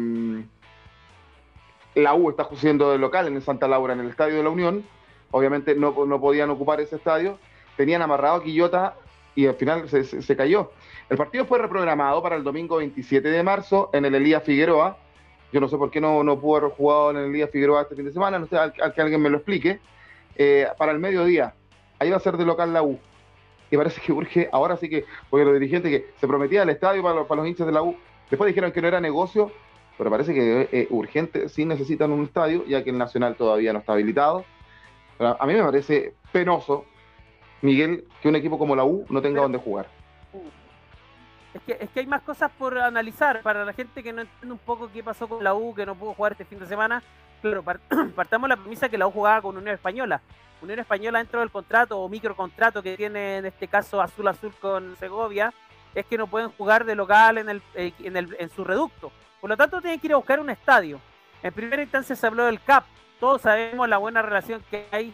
S1: la U está siendo de local en el Santa Laura, en el estadio de la Unión. Obviamente no, no podían ocupar ese estadio. Tenían amarrado a Quillota y al final se, se, se cayó. El partido fue reprogramado para el domingo veintisiete de marzo en el Elías Figueroa. Yo no sé por qué no, no pudo haber jugado en el Elías Figueroa este fin de semana, no sé, al, al que alguien me lo explique. Eh, para el mediodía, ahí va a ser de local la U. Y parece que urge, ahora sí que, porque los dirigentes que se prometía el estadio para los, para los hinchas de la U, después dijeron que no era negocio, pero parece que es eh, urgente, sí necesitan un estadio, ya que el Nacional todavía no está habilitado. Pero a mí me parece penoso, Miguel, que un equipo como la U no tenga pero, dónde jugar.
S2: Es que, es que hay más cosas por analizar, para la gente que no entiende un poco qué pasó con la U, que no pudo jugar este fin de semana. Claro, partamos la premisa que la U jugaba con Unión Española. Unión Española dentro del contrato o microcontrato que tiene en este caso Azul Azul con Segovia es que no pueden jugar de local en, el, en, el, en su reducto. Por lo tanto tienen que ir a buscar un estadio. En primera instancia se habló del C A P, todos sabemos la buena relación que hay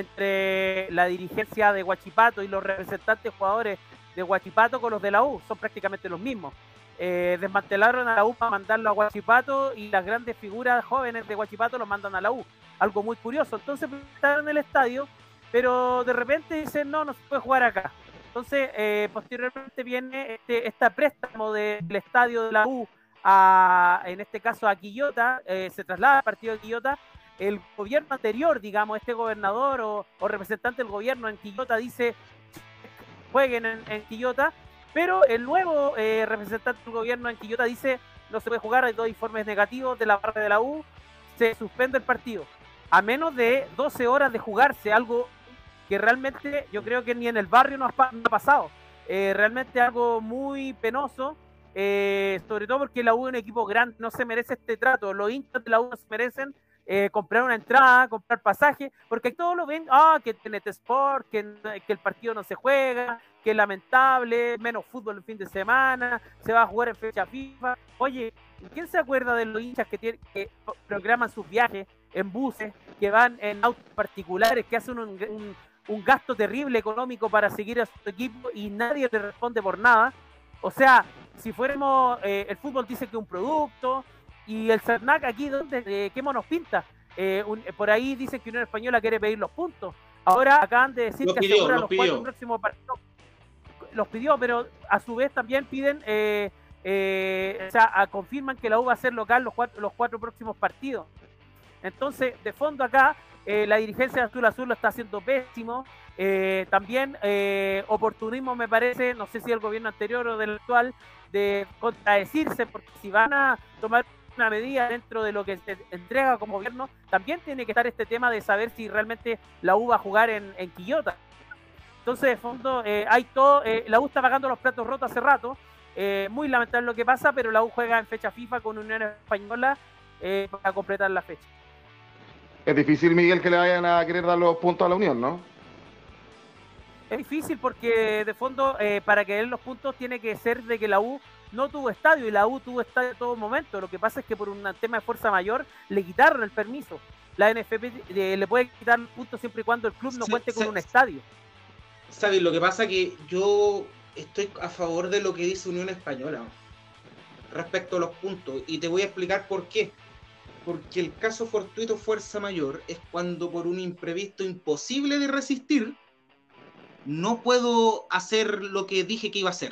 S2: entre la dirigencia de Huachipato y los representantes jugadores de Huachipato con los de la U, son prácticamente los mismos. Eh, desmantelaron a la U para mandarlo a Huachipato y las grandes figuras jóvenes de Huachipato los mandan a la U. Algo muy curioso. Entonces estaban en el estadio, pero de repente dicen no, no se puede jugar acá. Entonces, eh, posteriormente viene este, este préstamo de, del estadio de la U, a, en este caso a Quillota, eh, se traslada al partido de Quillota. El gobierno anterior, digamos, este gobernador o, o representante del gobierno en Quillota dice jueguen en, en Quillota, pero el nuevo eh, representante del gobierno en Quillota dice no se puede jugar, hay dos informes negativos de la parte de la U, se suspende el partido, a menos de doce horas de jugarse, algo que realmente yo creo que ni en el barrio no ha, no ha pasado, eh, realmente algo muy penoso, eh, sobre todo porque la U es un equipo grande, no se merece este trato, los hinchas de la U no se merecen Eh, comprar una entrada, comprar pasaje, porque todos lo ven, ah, que T N T Sport, que, que el partido no se juega, que es lamentable, menos fútbol el fin de semana, se va a jugar en fecha FIFA. Oye, ¿quién se acuerda de los hinchas que, tienen, que programan sus viajes en buses, que van en autos particulares, que hacen un, un, un gasto terrible económico para seguir a su equipo y nadie le responde por nada? O sea, si fuéramos, eh, el fútbol dice que es un producto. Y el Cernac aquí, ¿dónde, eh, ¿qué monos pinta? Eh, un, por ahí dicen que Unión Española quiere pedir los puntos. Ahora acaban de decir
S3: los
S2: que
S3: pidió,
S2: asegura
S3: los
S2: los
S3: pidió.
S2: cuatro próximos partidos. Los pidió, pero a su vez también piden, eh, eh, o sea, a, confirman que la U va a ser local los cuatro, los cuatro próximos partidos. Entonces, de fondo acá, eh, la dirigencia de Azul Azul lo está haciendo pésimo. Eh, también eh, oportunismo me parece, no sé si el gobierno anterior o del actual, de contradecirse, porque si van a tomar una medida dentro de lo que se entrega como gobierno, también tiene que estar este tema de saber si realmente la U va a jugar en, en Quillota. Entonces, de fondo, eh, hay todo, eh, la U está pagando los platos rotos hace rato, eh, muy lamentable lo que pasa, pero la U juega en fecha FIFA con Unión Española eh, para completar la fecha.
S1: Es difícil, Miguel, que le vayan a querer dar los puntos a la Unión, ¿no?
S2: Es difícil porque, de fondo, eh, para que den los puntos tiene que ser de que la U no tuvo estadio y la U tuvo estadio en todo momento. Lo que pasa es que por un tema de fuerza mayor le quitaron el permiso. La N F P eh, le puede quitar puntos siempre y cuando el club no
S3: sí,
S2: cuente con
S3: sí.
S2: un estadio.
S3: ¿Sabes? Lo que pasa es que yo estoy a favor de lo que dice Unión Española respecto a los puntos y te voy a explicar por qué. Porque el caso fortuito fuerza mayor es cuando por un imprevisto imposible de resistir no puedo hacer lo que dije que iba a hacer.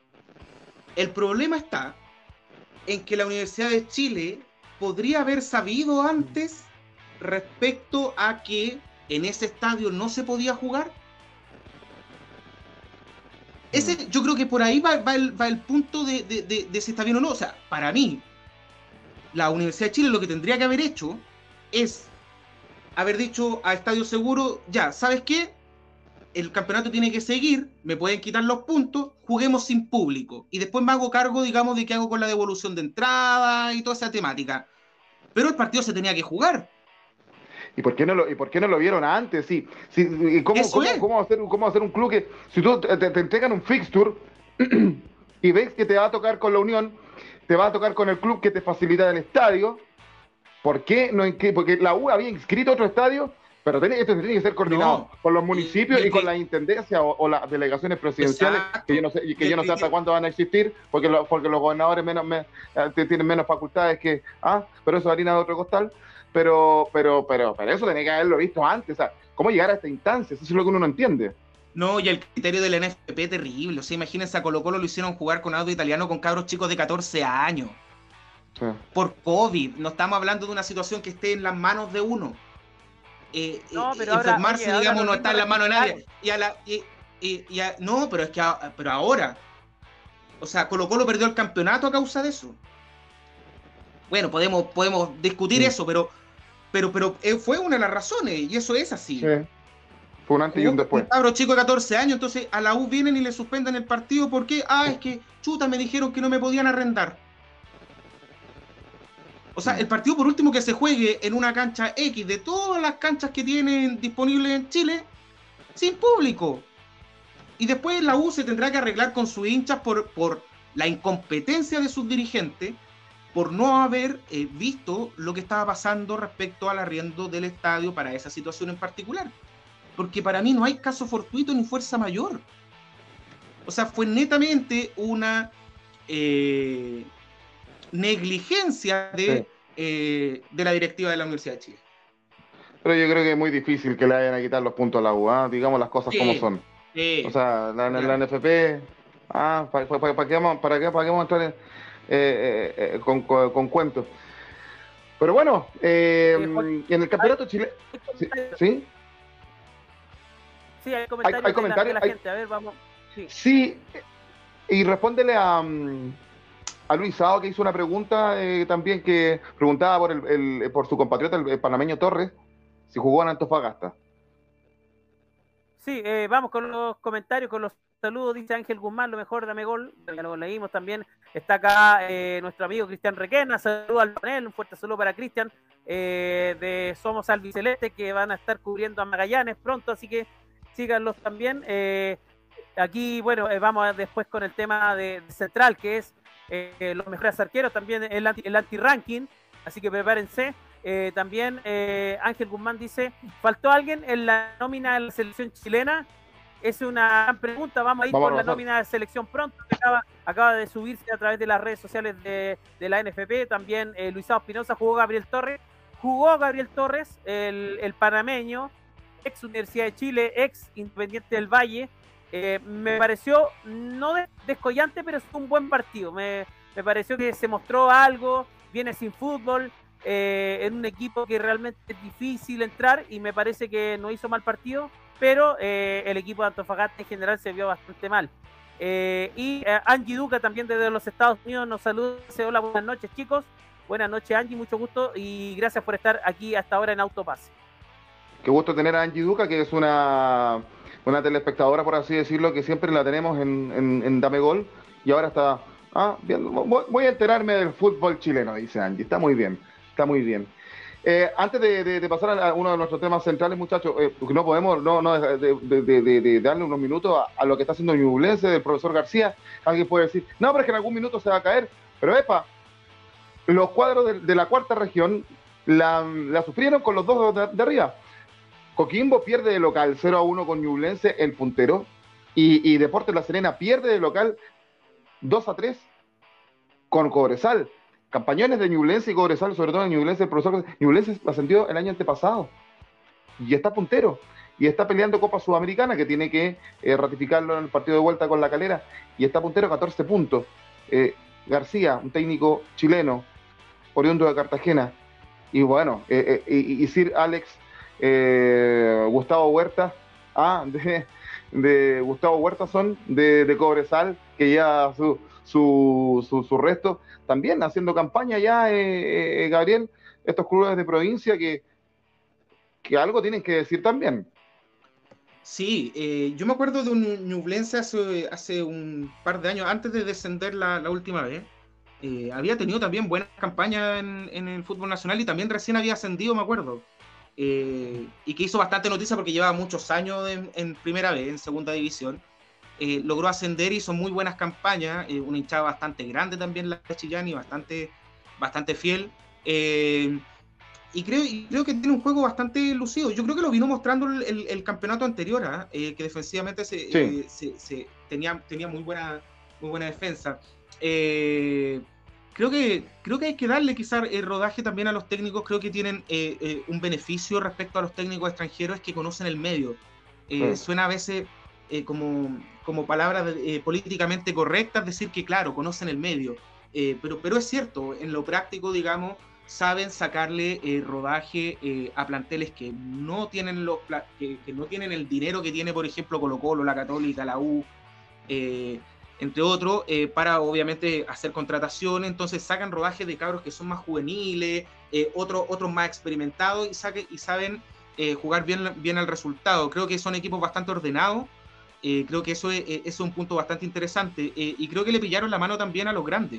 S3: El problema está en que la Universidad de Chile podría haber sabido antes respecto a que en ese estadio no se podía jugar. Ese, yo creo que por ahí va, va, el, va el punto de, de, de, de si está bien o no. O sea, para mí, la Universidad de Chile lo que tendría que haber hecho es haber dicho a Estadio Seguro, ya, ¿sabes qué? El campeonato tiene que seguir, me pueden quitar los puntos, juguemos sin público. Y después me hago cargo, digamos, de qué hago con la devolución de entrada y toda esa temática. Pero el partido se tenía que jugar.
S1: ¿Y por qué no lo, y por qué no lo vieron antes? Sí, sí, ¿cómo,
S3: Eso
S1: cómo,
S3: es.
S1: cómo, hacer, ¿Cómo hacer un club que, si tú te, te entregan un fixture y ves que te va a tocar con la Unión, te va a tocar con el club que te facilita el estadio? ¿Por qué no? Porque la U había inscrito otro estadio, pero tiene, esto tiene que ser coordinado
S3: No,
S1: con los municipios
S3: y,
S1: y con las intendencias o, o las delegaciones presidenciales,
S3: exacto.
S1: que yo no sé, que
S3: y,
S1: yo no sé
S3: y,
S1: hasta cuándo van a existir, porque, lo, porque los gobernadores menos, me, tienen menos facultades que, ah, pero eso es harina de otro costal, pero, pero, pero, pero eso tenía que haberlo visto antes, o sea, ¿cómo llegar a esta instancia? Eso es lo que uno no entiende.
S3: No, y el criterio del N F P terrible, o sea, imagínense a Colo Colo lo hicieron jugar con audio italiano con cabros chicos de catorce años. Sí. Por COVID, no estamos hablando de una situación que esté en las manos de uno. Eh,
S2: no, pero
S3: eh, enfermarse,
S2: ahora, oye,
S3: digamos,
S2: ahora
S3: no está en las manos de nadie. Y a la, y, y, y a, no, pero es que a, pero ahora, o sea, Colo Colo perdió el campeonato a causa de eso. Bueno, podemos, podemos discutir sí. eso, pero, pero, pero eh, fue una de las razones, y eso es así.
S1: Sí. Fue un antes y un después.
S3: Un cabro chico de catorce años, entonces a la U vienen y le suspenden el partido porque, ah, es que, chuta, me dijeron que no me podían arrendar. O sea, el partido por último que se juegue en una cancha X de todas las canchas que tienen disponibles en Chile, sin público. Y después la U se tendrá que arreglar con sus hinchas por, por la incompetencia de sus dirigentes por no haber eh, visto lo que estaba pasando respecto al arriendo del estadio para esa situación en particular. Porque para mí no hay caso fortuito ni fuerza mayor. O sea, fue netamente una eh, negligencia de, sí. eh, de la directiva de la Universidad de Chile.
S1: Pero yo creo que es muy difícil que le vayan a quitar los puntos a la U, ¿eh? Digamos las cosas sí, como son. Sí, o sea, la, la, la N F P, ah, ¿para pa, pa, pa qué vamos para qué, pa qué vamos a entrar en, eh, eh, con, con, con cuentos? Pero bueno, eh, en el campeonato chileno... ¿Sí? ¿Sí?
S2: Sí, hay comentarios, hay, hay comentarios de la, de la gente. A ver, vamos. Sí,
S1: sí, y respóndele a, a Luis Sao, que hizo una pregunta eh, también, que preguntaba por, el, el, por su compatriota, el, el panameño Torres, si jugó en Antofagasta.
S2: Sí, eh, vamos con los comentarios, con los saludos. Dice Ángel Guzmán, lo mejor, dame gol. Ya lo leímos también. Está acá eh, nuestro amigo Cristian Requena. Saludos al panel, un fuerte saludo para Cristian eh, de Somos Albiceleste, que van a estar cubriendo a Magallanes pronto, así que síganlos también. Eh, aquí, bueno, eh, vamos a, después con el tema de, de Central, que es eh, los mejores arqueros, también el, anti, el anti-ranking, así que prepárense. Eh, también eh, Ángel Guzmán dice, ¿faltó alguien en la nómina de la selección chilena? Es una gran pregunta, vamos a ir vamos por a la nómina de selección pronto, que acaba, acaba de subirse a través de las redes sociales de, de la N F P. También eh, Luisao Espinosa, jugó Gabriel Torres, jugó Gabriel Torres, el, el panameño, ex Universidad de Chile, ex Independiente del Valle. Eh, me pareció no descollante, pero fue un buen partido. Me, me pareció que se mostró algo, viene sin fútbol, eh, en un equipo que realmente es difícil entrar, y me parece que no hizo mal partido, pero eh, el equipo de Antofagasta en general se vio bastante mal. Eh, y eh, Angie Duca también desde los Estados Unidos nos saluda, dice hola, buenas noches chicos. Buenas noches Angie, mucho gusto y gracias por estar aquí hasta ahora en Autopase.
S1: Qué gusto tener a Angie Duca, que es una, una telespectadora, por así decirlo, que siempre la tenemos en, en, en Dame Gol, y ahora está ah, viendo, voy, voy a enterarme del fútbol chileno, dice Angie. Está muy bien, está muy bien. Eh, antes de, de, de pasar a uno de nuestros temas centrales, muchachos, eh, porque no podemos no, no de, de, de, de, de darle unos minutos a, a lo que está haciendo Ñublense, del profesor García. Alguien puede decir, no, pero es que en algún minuto se va a caer. Pero epa, los cuadros de, de la cuarta región la, la sufrieron con los dos de, de arriba. Coquimbo pierde de local cero a uno con Ñublense, el puntero, y, y Deportes La Serena pierde de local dos a tres con Cobresal. Campañones de Ñublense y Cobresal, sobre todo en Ñublense, el profesor Ñublense ascendió el año antepasado y está puntero y está peleando Copa Sudamericana, que tiene que eh, ratificarlo en el partido de vuelta con La Calera, y está puntero, catorce puntos. eh, García, un técnico chileno oriundo de Cartagena, y bueno, eh, eh, y, y Sir Alex eh, Gustavo Huerta ah, de, de Gustavo Huerta son de, de Cobresal, que ya su Su, su, su resto, también haciendo campaña ya, eh, eh, Gabriel, estos clubes de provincia que, que algo tienen que decir también.
S3: Sí, eh, yo me acuerdo de un Ñublense hace, hace un par de años, antes de descender la, la última vez, eh, había tenido también buenas campañas en, en el fútbol nacional, y también recién había ascendido, me acuerdo, eh, y que hizo bastante noticia porque llevaba muchos años en, en primera vez, en segunda división. Eh, logró ascender, hizo muy buenas campañas, eh, una hinchada bastante grande también la de Chillán, y bastante, bastante fiel, eh, y, creo, y creo que tiene un juego bastante lucido. Yo creo que lo vino mostrando el, el, el campeonato anterior, ¿eh? Eh, que defensivamente se, sí. eh, se, se tenía, tenía muy buena, muy buena defensa. Eh, creo, que, creo que hay que darle quizás el rodaje también a los técnicos. Creo que tienen eh, eh, un beneficio respecto a los técnicos extranjeros, es que conocen el medio. Eh, sí. Suena a veces Eh, como, como palabras eh, políticamente correctas decir que, claro, conocen el medio, eh, pero, pero es cierto, en lo práctico, digamos, saben sacarle eh, rodaje eh, a planteles que no tienen los que, que no tienen el dinero que tiene, por ejemplo, Colo Colo, la Católica, la U, eh, entre otros, eh, para obviamente hacer contrataciones. Entonces sacan rodaje de cabros que son más juveniles, eh, otros otros más experimentados, y, saque, y saben eh, jugar bien, bien al resultado. Creo que son equipos bastante ordenados. Eh, creo que eso es, eso es un punto bastante interesante, eh, y creo que le pillaron la mano también a los grandes.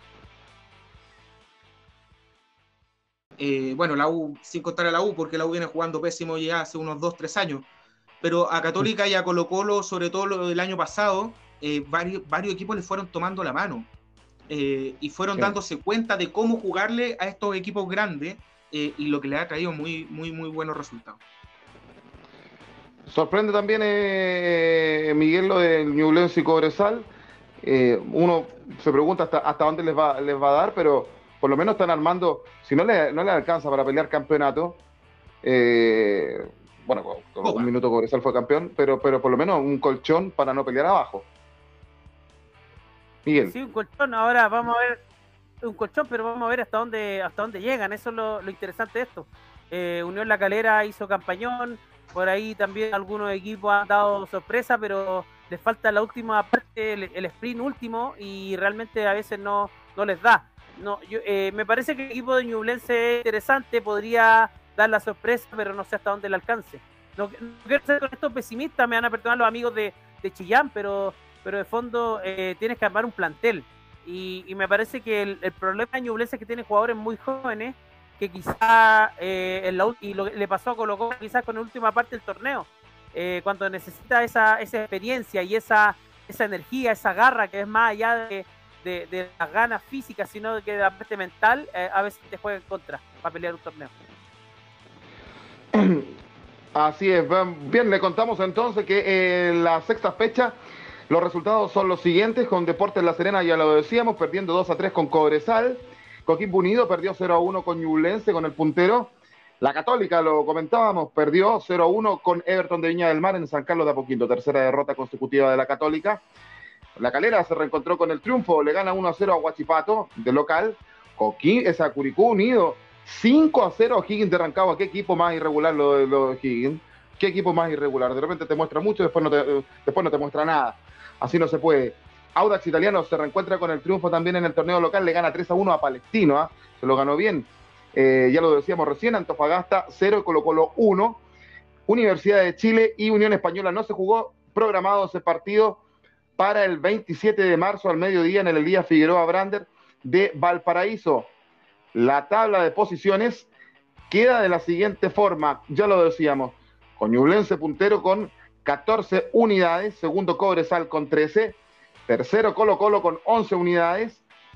S3: Eh, bueno, la U, sin contar a la U, porque la U viene jugando pésimo ya hace unos dos, tres años, pero a Católica y a Colo Colo, sobre todo lo del año pasado, eh, varios, varios equipos le fueron tomando la mano. eh, y fueron
S1: Sí.
S3: dándose cuenta de cómo jugarle a estos equipos grandes, eh, y lo que les ha traído muy, muy, muy buenos resultados.
S1: Sorprende también, eh, Miguel, lo del Ñublense y Cobresal. Eh, uno se pregunta hasta, hasta dónde les va, les va a dar, pero por lo menos están armando, si no les no le alcanza para pelear campeonato, eh, bueno, con, con un
S3: Copa.
S1: minuto Cobresal fue campeón, pero, pero por lo menos un colchón para no pelear abajo. Miguel.
S2: Sí, un colchón, ahora vamos a ver un colchón, pero vamos a ver hasta dónde hasta dónde llegan, eso es lo, lo interesante de esto. Eh, Unión La Calera hizo campañón, por ahí también algunos equipos han dado sorpresa, pero les falta la última parte, el, el sprint último, y realmente a veces no, no les da. No, yo, eh, me parece que el equipo de Ñublense es interesante, podría dar la sorpresa, pero no sé hasta dónde le alcance. No, no quiero ser con esto pesimista, me van a perdonar los amigos de, de Chillán, pero, pero de fondo eh, tienes que armar un plantel. Y, y me parece que el, el problema de Ñublense es que tiene jugadores muy jóvenes que quizá eh, en la, y lo, le pasó a Colo Colo quizás con la última parte del torneo, eh, cuando necesita esa, esa experiencia y esa, esa energía, esa garra que es más allá de, de, de las ganas físicas, sino que de la parte mental, eh, a veces te juega en contra para pelear un torneo.
S1: Así es. Bien, le contamos entonces que en la sexta fecha los resultados son los siguientes. Con Deportes La Serena, ya lo decíamos, perdiendo dos a tres con Cobresal. Coquimbo Unido perdió cero a uno con Ñublense, con el puntero. La Católica, lo comentábamos, perdió cero a uno con Everton de Viña del Mar en San Carlos de Apoquindo. Tercera derrota consecutiva de la Católica. La Calera se reencontró con el triunfo, le gana uno a cero a Huachipato de local. Coquín, esa Curicó Unido, cinco a cero a Higgins de Rancagua. Qué equipo más irregular lo de, lo de Higgins. Qué equipo más irregular. De repente te muestra mucho, después no te, después no te muestra nada. Así no se puede. Audax Italiano se reencuentra con el triunfo también en el torneo local, le gana tres a uno a Palestino, ¿eh? Se lo ganó bien. Eh, ya lo decíamos recién, Antofagasta cero y Colo Colo uno. Universidad de Chile y Unión Española no se jugó, programado ese partido para el veintisiete de marzo al mediodía en el Elías Figueroa Brander de Valparaíso. La tabla de posiciones queda de la siguiente forma, ya lo decíamos, con Ñublense puntero con catorce unidades, segundo Cobresal con trece, tercero Colo Colo con once unidades,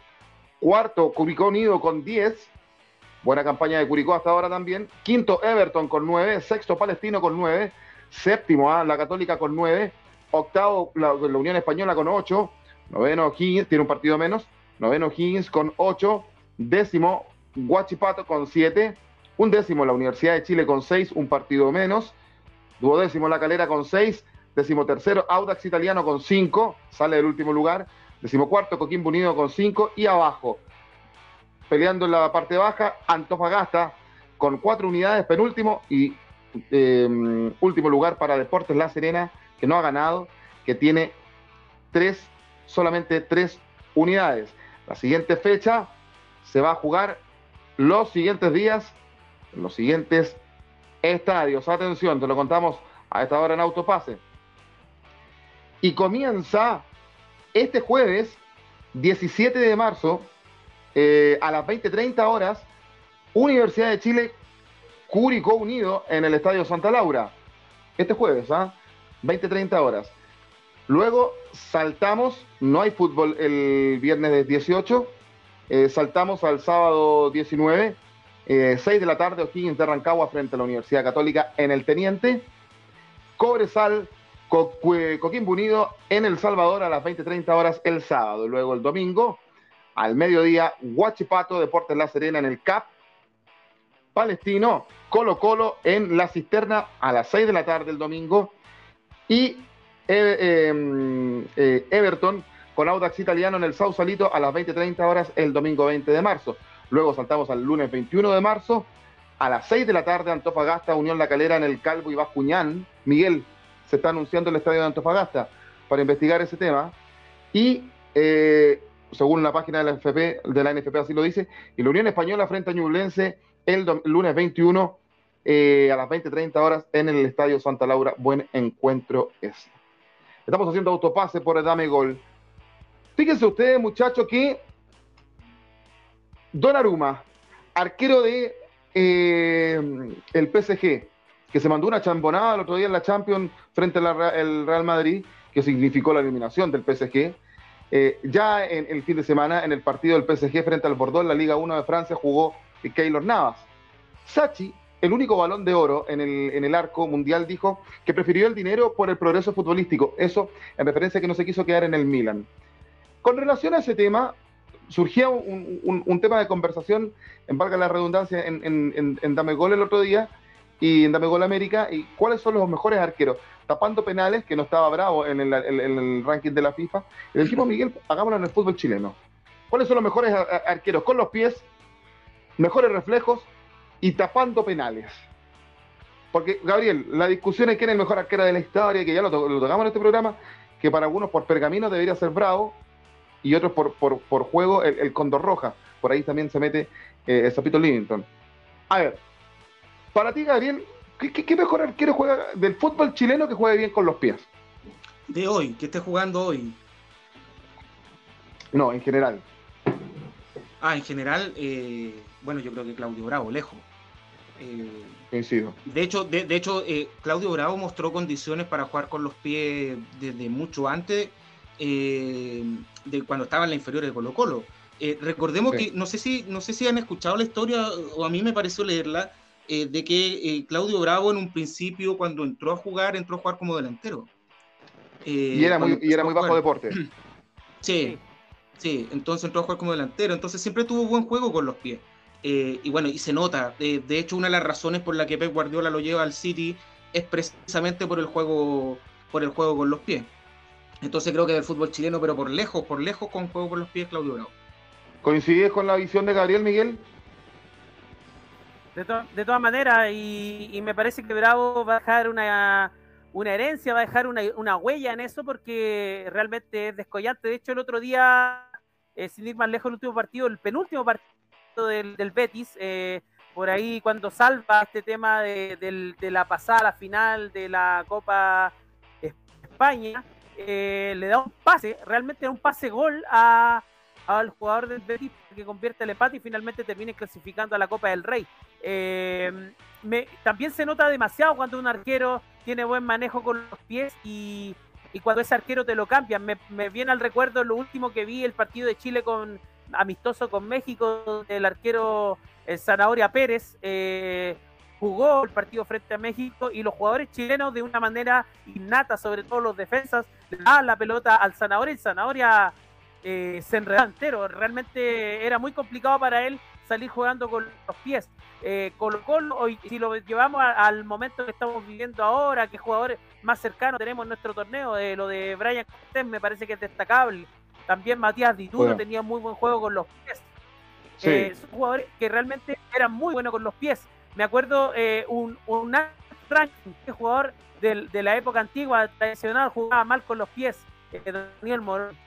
S1: cuarto Curicó Unido con diez, buena campaña de Curicó hasta ahora también, quinto Everton con nueve, sexto Palestino con nueve, séptimo ¿eh? La Católica con nueve, octavo la, la Unión Española con ocho, noveno Higgins, tiene un partido menos, noveno Higgins con ocho, décimo Huachipato con siete, un décimo la Universidad de Chile con seis, un partido menos, duodécimo La Calera con seis, décimo tercero Audax Italiano con cinco, sale del último lugar, décimo cuarto Coquimbo Unido con cinco, y abajo, peleando en la parte baja, Antofagasta con cuatro unidades, penúltimo, y eh, último lugar para Deportes La Serena, que no ha ganado, que tiene tres, solamente tres unidades. La siguiente fecha se va a jugar los siguientes días, los siguientes estadios. Atención, te lo contamos a esta hora en Autopase. Y comienza este jueves, diecisiete de marzo, eh, a las veinte treinta horas, Universidad de Chile, Curicó Unido en el Estadio Santa Laura. Este jueves, ¿ah? ¿eh? veinte treinta horas. Luego saltamos, no hay fútbol el viernes dieciocho, eh, saltamos al sábado diecinueve, eh, seis de la tarde, O'Higgins de Rancagua frente a la Universidad Católica en el Teniente. Cobresal, Co Coquimbo Unido en El Salvador a las veinte treinta horas el sábado. Luego el domingo, al mediodía, Huachipato, Deportes La Serena en el C A P. Palestino, Colo Colo en La Cisterna a las seis de la tarde el domingo. Y eh, eh, eh, Everton con Audax Italiano en el Sausalito a las veinte treinta horas el domingo veinte de marzo. Luego saltamos al lunes veintiuno de marzo a las seis de la tarde, Antofagasta, Unión La Calera en el Calvo y Bascuñán. Miguel, se está anunciando el estadio de Antofagasta para investigar ese tema. Y eh, según la página de la, F P, de la N F P así lo dice, y la Unión Española frente a Ñublense el, el lunes veintiuno eh, a las veinte treinta horas en el Estadio Santa Laura. Buen encuentro ese. Estamos haciendo autopase por el Dame Gol. Fíjense ustedes, muchachos, que Donnarumma, arquero de eh, el P S G, que se mandó una chambonada el otro día en la Champions frente al Real Madrid, que significó la eliminación del P S G, Eh, ya en el fin de semana, en el partido del P S G frente al Bordeaux en la Liga uno de Francia, jugó Keylor Navas. Sachi, el único balón de oro en el, en el arco mundial, dijo que prefirió el dinero por el progreso futbolístico. Eso en referencia a que no se quiso quedar en el Milan. Con relación a ese tema, surgía un, un, un tema de conversación, en valga la redundancia, en, en, en, en Dame Gol el otro día y en Dame Gol América, y cuáles son los mejores arqueros, tapando penales, que no estaba Bravo en el, en, en el ranking de la FIFA. Y le dijimos, Miguel, hagámoslo en el fútbol chileno. ¿Cuáles son los mejores arqueros con los pies, mejores reflejos y tapando penales? Porque, Gabriel, la discusión es quién es el mejor arquero de la historia, que ya lo, to lo tocamos en este programa, que para algunos por pergamino debería ser Bravo, y otros por, por, por juego el, el Cóndor Roja. Por ahí también se mete eh, el Sapito Livington. A ver, para ti, Gabriel, ¿qué, qué, qué mejor arquero juega del fútbol chileno que juegue bien con los pies?
S3: De hoy, que esté jugando hoy.
S1: No, en general.
S3: Ah, en general, eh, bueno, yo creo que Claudio Bravo, lejos. Eh,
S1: Coincido.
S3: De hecho, de, de hecho eh, Claudio Bravo mostró condiciones para jugar con los pies desde mucho antes, eh, de cuando estaba en la inferior de Colo Colo. Eh, recordemos sí. que, no sé, si, no sé si han escuchado la historia, o a mí me pareció leerla, eh, de que eh, Claudio Bravo en un principio, cuando entró a jugar, entró a jugar como delantero.
S1: Eh, y era muy, y era muy bajo deporte.
S3: Sí, sí, entonces entró a jugar como delantero, entonces siempre tuvo buen juego con los pies. Eh, y bueno, y se nota, eh, de hecho una de las razones por la que Pep Guardiola lo lleva al City es precisamente por el juego, por el juego con los pies. Entonces creo que del fútbol chileno, pero por lejos, por lejos con juego con los pies, Claudio Bravo.
S1: ¿Coincides con la visión de Gabriel, Miguel?
S2: De, to de todas maneras, y, y me parece que Bravo va a dejar una, una herencia, va a dejar una, una huella en eso, porque realmente es descollante. De hecho, el otro día, eh, sin ir más lejos, el último partido, el penúltimo partido del, del Betis, eh, por ahí cuando salva este tema de, de, de la pasada, la final de la Copa España, eh, le da un pase, realmente un pase gol a, al jugador del Betis que convierte el empate y finalmente termina clasificando a la Copa del Rey. Eh, me, también se nota demasiado cuando un arquero tiene buen manejo con los pies y, y cuando ese arquero te lo cambian. Me, me viene al recuerdo lo último que vi, el partido de Chile con amistoso con México, el arquero el Zanahoria Pérez eh, jugó el partido frente a México y los jugadores chilenos de una manera innata, sobre todo los defensas, le daban la pelota al Zanahoria y el Zanahoria eh, se enredaba entero. Realmente era muy complicado para él salir jugando con los pies. Eh, Colo Colo, hoy, si lo llevamos a, al momento que estamos viviendo ahora, que jugadores más cercanos tenemos en nuestro torneo, eh, lo de Brian Cortés me parece que es destacable. También Matías Dituro bueno. tenía muy buen juego con los pies. Sí. Eh, son jugadores que realmente eran muy buenos con los pies. Me acuerdo eh, un, un ranking de jugador de, de la época antigua, tradicional, jugaba mal con los pies, eh, Daniel Morón.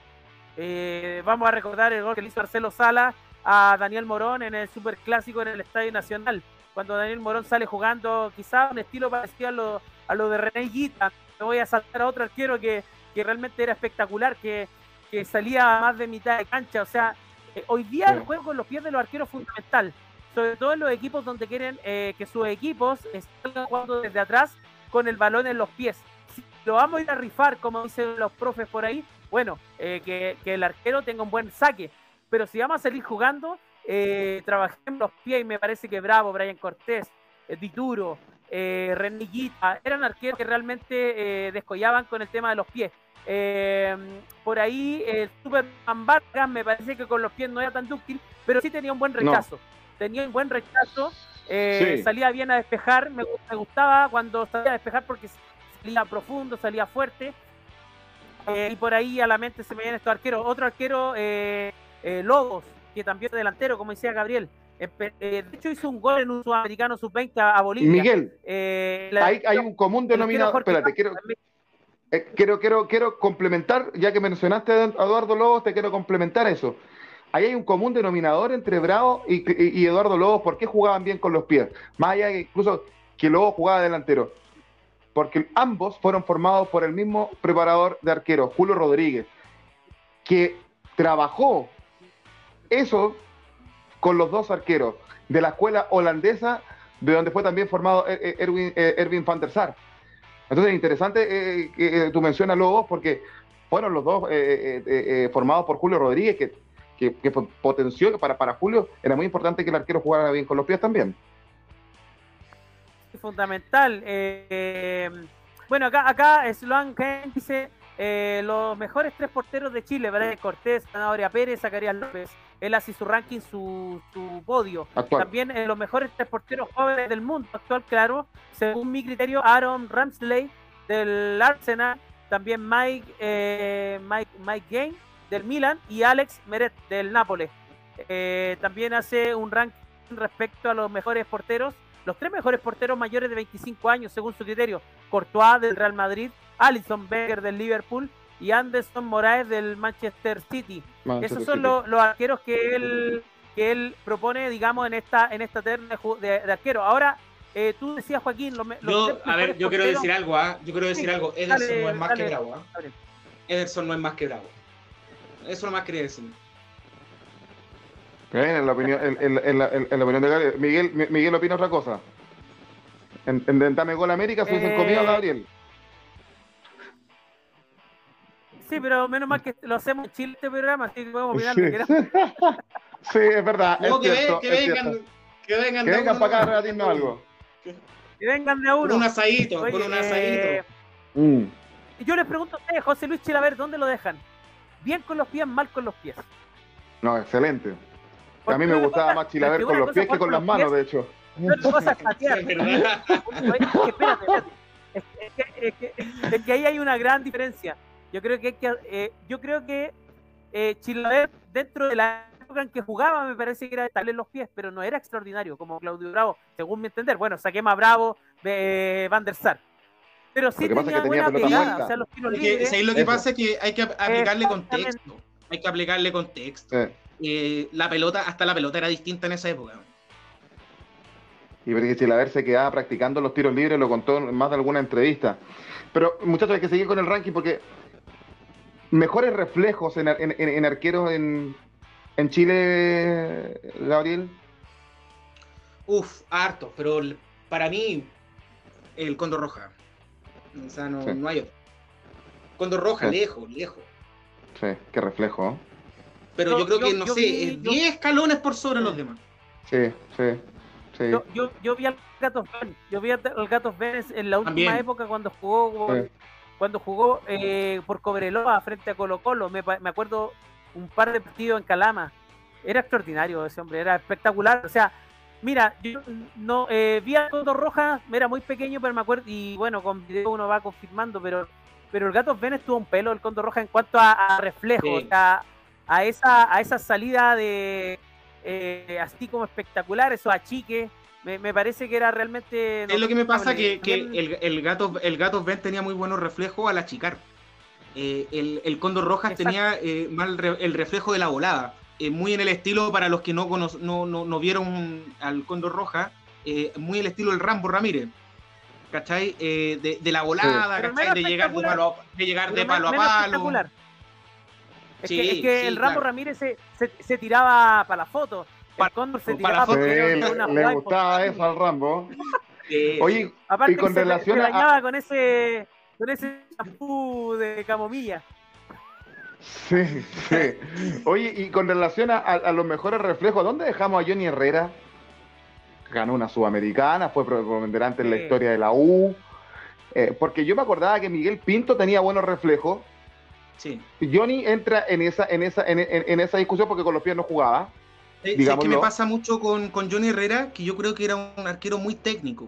S2: Eh, vamos a recordar el gol que le hizo Marcelo Sala a Daniel Morón en el Superclásico en el Estadio Nacional, cuando Daniel Morón sale jugando quizá un estilo parecido a lo, a lo de René Higuita. Me voy a saltar a otro arquero que, que realmente era espectacular, que que salía a más de mitad de cancha. O sea, eh, hoy día sí. el juego con los pies de los arqueros es fundamental, sobre todo en los equipos donde quieren eh, que sus equipos estén jugando desde atrás con el balón en los pies. Si lo vamos a ir a rifar, como dicen los profes por ahí, bueno, eh, que, que el arquero tenga un buen saque, pero si vamos a salir jugando, eh, trabajemos los pies, y me parece que Bravo, Brian Cortés, eh, Dituro, eh, René Higuita, eran arqueros que realmente eh, descollaban con el tema de los pies. Eh, por ahí el eh, Superman Vargas me parece que con los pies no era tan dúctil, pero sí tenía un buen rechazo, no. tenía un buen rechazo, eh, sí. salía bien a despejar, me, me gustaba cuando salía a despejar porque salía profundo, salía fuerte, eh, y por ahí a la mente se me vienen estos arqueros. Otro arquero, eh, eh, Lobos, que también es delantero, como decía Gabriel, eh, de hecho hizo un gol en un sudamericano sub veinte a Bolivia.
S1: Miguel, eh, la, hay, hay un común denominador, espérate, quiero... Eh, quiero, quiero, quiero complementar, ya que mencionaste a Eduardo Lobos, te quiero complementar eso. Ahí hay un común denominador entre Bravo y, y, y Eduardo Lobos. ¿Por qué jugaban bien con los pies? Más allá de incluso que Lobos jugaba delantero. Porque ambos fueron formados por el mismo preparador de arqueros, Julio Rodríguez, que trabajó eso con los dos arqueros de la escuela holandesa, de donde fue también formado Erwin, Erwin van der Sar. Entonces es interesante eh, que tú mencionas Lobos porque fueron los dos eh, eh, eh, formados por Julio Rodríguez, que, que, que potenció que para, para Julio era muy importante que el arquero jugara bien con los pies también.
S2: Fundamental. Eh, bueno, acá, acá Sloan Kane dice eh, los mejores tres porteros de Chile: Brian Cortés, Zanahoria Pérez, Zacarías López. Él hace su ranking, su, su podio. Actual. También eh, los mejores tres porteros jóvenes del mundo actual, claro, según mi criterio, Aaron Ramsdale del Arsenal, también Mike eh, Mike Mike Gain del Milan y Alex Meret del Nápoles. Eh, también hace un ranking respecto a los mejores porteros. Los tres mejores porteros mayores de veinticinco años, según su criterio: Courtois del Real Madrid, Alisson Becker del Liverpool y Anderson Moraes del Manchester City. Manchester Esos son City. Los, los arqueros que él que él propone, digamos, en esta en esta terna de, de arquero. Ahora, eh, tú decías, Joaquín, los, los
S3: yo, a ver, yo quiero decir algo, ¿ah? ¿eh? Yo quiero decir sí, algo. Ederson dale, no es más dale, que Bravo, ¿eh? Ederson no es más que Bravo. Eso nomás quería decir.
S1: Bien, en la opinión, en, en, en, la, en, en la opinión de Gabriel. Miguel, Miguel opina otra cosa. En, en, en Dame Gol América se hubiesen eh... comido a Gabriel.
S2: Sí, pero menos mal que lo hacemos en Chile este programa, así que podemos opinar
S1: sí.
S2: lo que queramos.
S1: Sí, es verdad.
S3: No,
S1: es
S3: que,
S1: cierto,
S3: ve,
S1: que,
S3: es vengan,
S1: cierto.
S3: que vengan,
S1: que vengan para acá a rebatirnos algo.
S2: Que vengan de a uno.
S3: Con un asadito, Oye, con un asadito.
S2: Eh... Mm. Yo les pregunto a ustedes, José Luis Chilaver, ¿dónde lo dejan? ¿Bien con los pies, mal con los pies?
S1: No, excelente. A mí me gustaba cosa, más Chilaver con los pies que con las manos, de hecho.
S2: Otra cosa es patear. Espérate, espérate. Es que, es, que, es, que, es que ahí hay una gran diferencia. Yo creo que, hay que eh, yo creo que eh, Chilaver, dentro de la época en que jugaba, me parece que era de en los pies, pero no era extraordinario como Claudio Bravo, según mi entender. Bueno, saqué más Bravo de Van der Sar. Pero sí tenía, que tenía buena pegada, o sea, los tiros libres.
S3: Que, lo que Eso. pasa es que hay que aplicarle contexto. Hay que aplicarle contexto. Sí. Eh, la pelota, hasta la pelota era distinta en esa época.
S1: Y porque Chilaver se quedaba practicando los tiros libres, lo contó en más de alguna entrevista. Pero, muchachos, hay que seguir con el ranking porque mejores reflejos en, en, en, en arqueros en, en Chile, Gabriel.
S3: Uf, harto, pero para mí el Cóndor Roja. O sea, no, sí. no hay otro. Cóndor Roja, sí. lejos, lejos.
S1: Sí, qué reflejo.
S3: Pero yo, yo creo yo, que, no yo sé, vi, diez yo... escalones por sobre sí. los demás.
S1: Sí, sí. Sí.
S2: Yo, yo, yo vi al Gatos Ben, yo vi al Gatos Ben en la última También. época cuando jugó sí. cuando jugó eh, por Cobreloa frente a Colo Colo, me, me acuerdo un par de partidos en Calama, era extraordinario ese hombre, era espectacular, o sea, mira, yo no eh, vi a Cóndor Roja, era muy pequeño, pero me acuerdo, y bueno, con video uno va confirmando, pero pero el Gatos Ben estuvo un pelo el Cóndor Roja en cuanto a, a reflejos, sí. a, a esa a esa salida de Eh, así como espectacular, esos achiques, me, me parece que era realmente...
S3: Es lo que me pasa que, que el, el Gatos el Gatos Ben tenía muy buenos reflejos al achicar. Eh, el, el Cóndor Rojas Exacto. tenía eh, mal re, el reflejo de la volada, eh, muy en el estilo, para los que no, no, no, no vieron al Cóndor Roja, eh, muy el estilo del Rambo Ramírez, ¿cachai? Eh, de, de la volada, sí. ¿cachai? De llegar de palo, de, llegar de palo a palo.
S2: Es,
S3: sí,
S2: que, es que
S3: sí,
S2: el Rambo
S3: claro.
S2: Ramírez se, se, se tiraba para la foto. El Cóndor se tiraba
S1: para sí, una le, le gustaba eso al Rambo.
S3: Sí.
S1: Oye,
S2: aparte
S1: y con
S2: se,
S1: relación
S2: se bañaba
S1: a...
S2: con ese con ese champú de camomilla.
S1: Sí, sí. Oye, y con relación a, a los mejores reflejos, ¿dónde dejamos a Johnny Herrera? Ganó una Sudamericana, fue preponderante sí. en la historia de la U. Eh, porque yo me acordaba que Miguel Pinto tenía buenos reflejos.
S3: Sí.
S1: Johnny entra en esa, en esa, en, en, en esa discusión porque con los pies no jugaba.
S3: Eh, es que me pasa mucho con, con Johnny Herrera, que yo creo que era un arquero muy técnico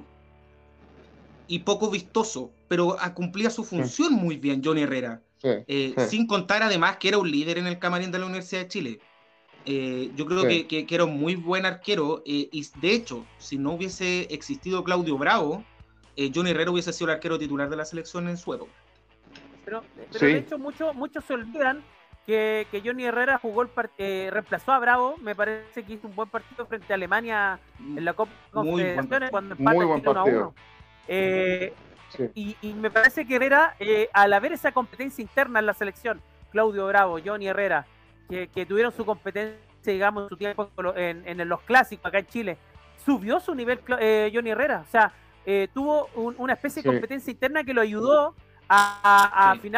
S3: y poco vistoso, pero cumplía su función sí. muy bien Johnny Herrera. Sí, eh, sí. Sin contar además que era un líder en el camarín de la Universidad de Chile. Eh, yo creo sí. que, que, que era un muy buen arquero eh, y de hecho, si no hubiese existido Claudio Bravo, eh, Johnny Herrera hubiese sido el arquero titular de la selección en su época.
S2: Pero, pero sí. de hecho muchos muchos se olvidan que, que Johnny Herrera jugó el eh, reemplazó a Bravo, me parece que hizo un buen partido frente a Alemania en la Copa Confederaciones cuando empata uno a uno. Eh, sí. y, y me parece que Herrera, eh, al haber esa competencia interna en la selección, Claudio Bravo, Johnny Herrera, que, que tuvieron su competencia, digamos, en su tiempo en, en los clásicos acá en Chile, subió su nivel eh, Johnny Herrera, o sea, eh, tuvo un, una especie de competencia sí. interna que lo ayudó a, a, a sí. finalmente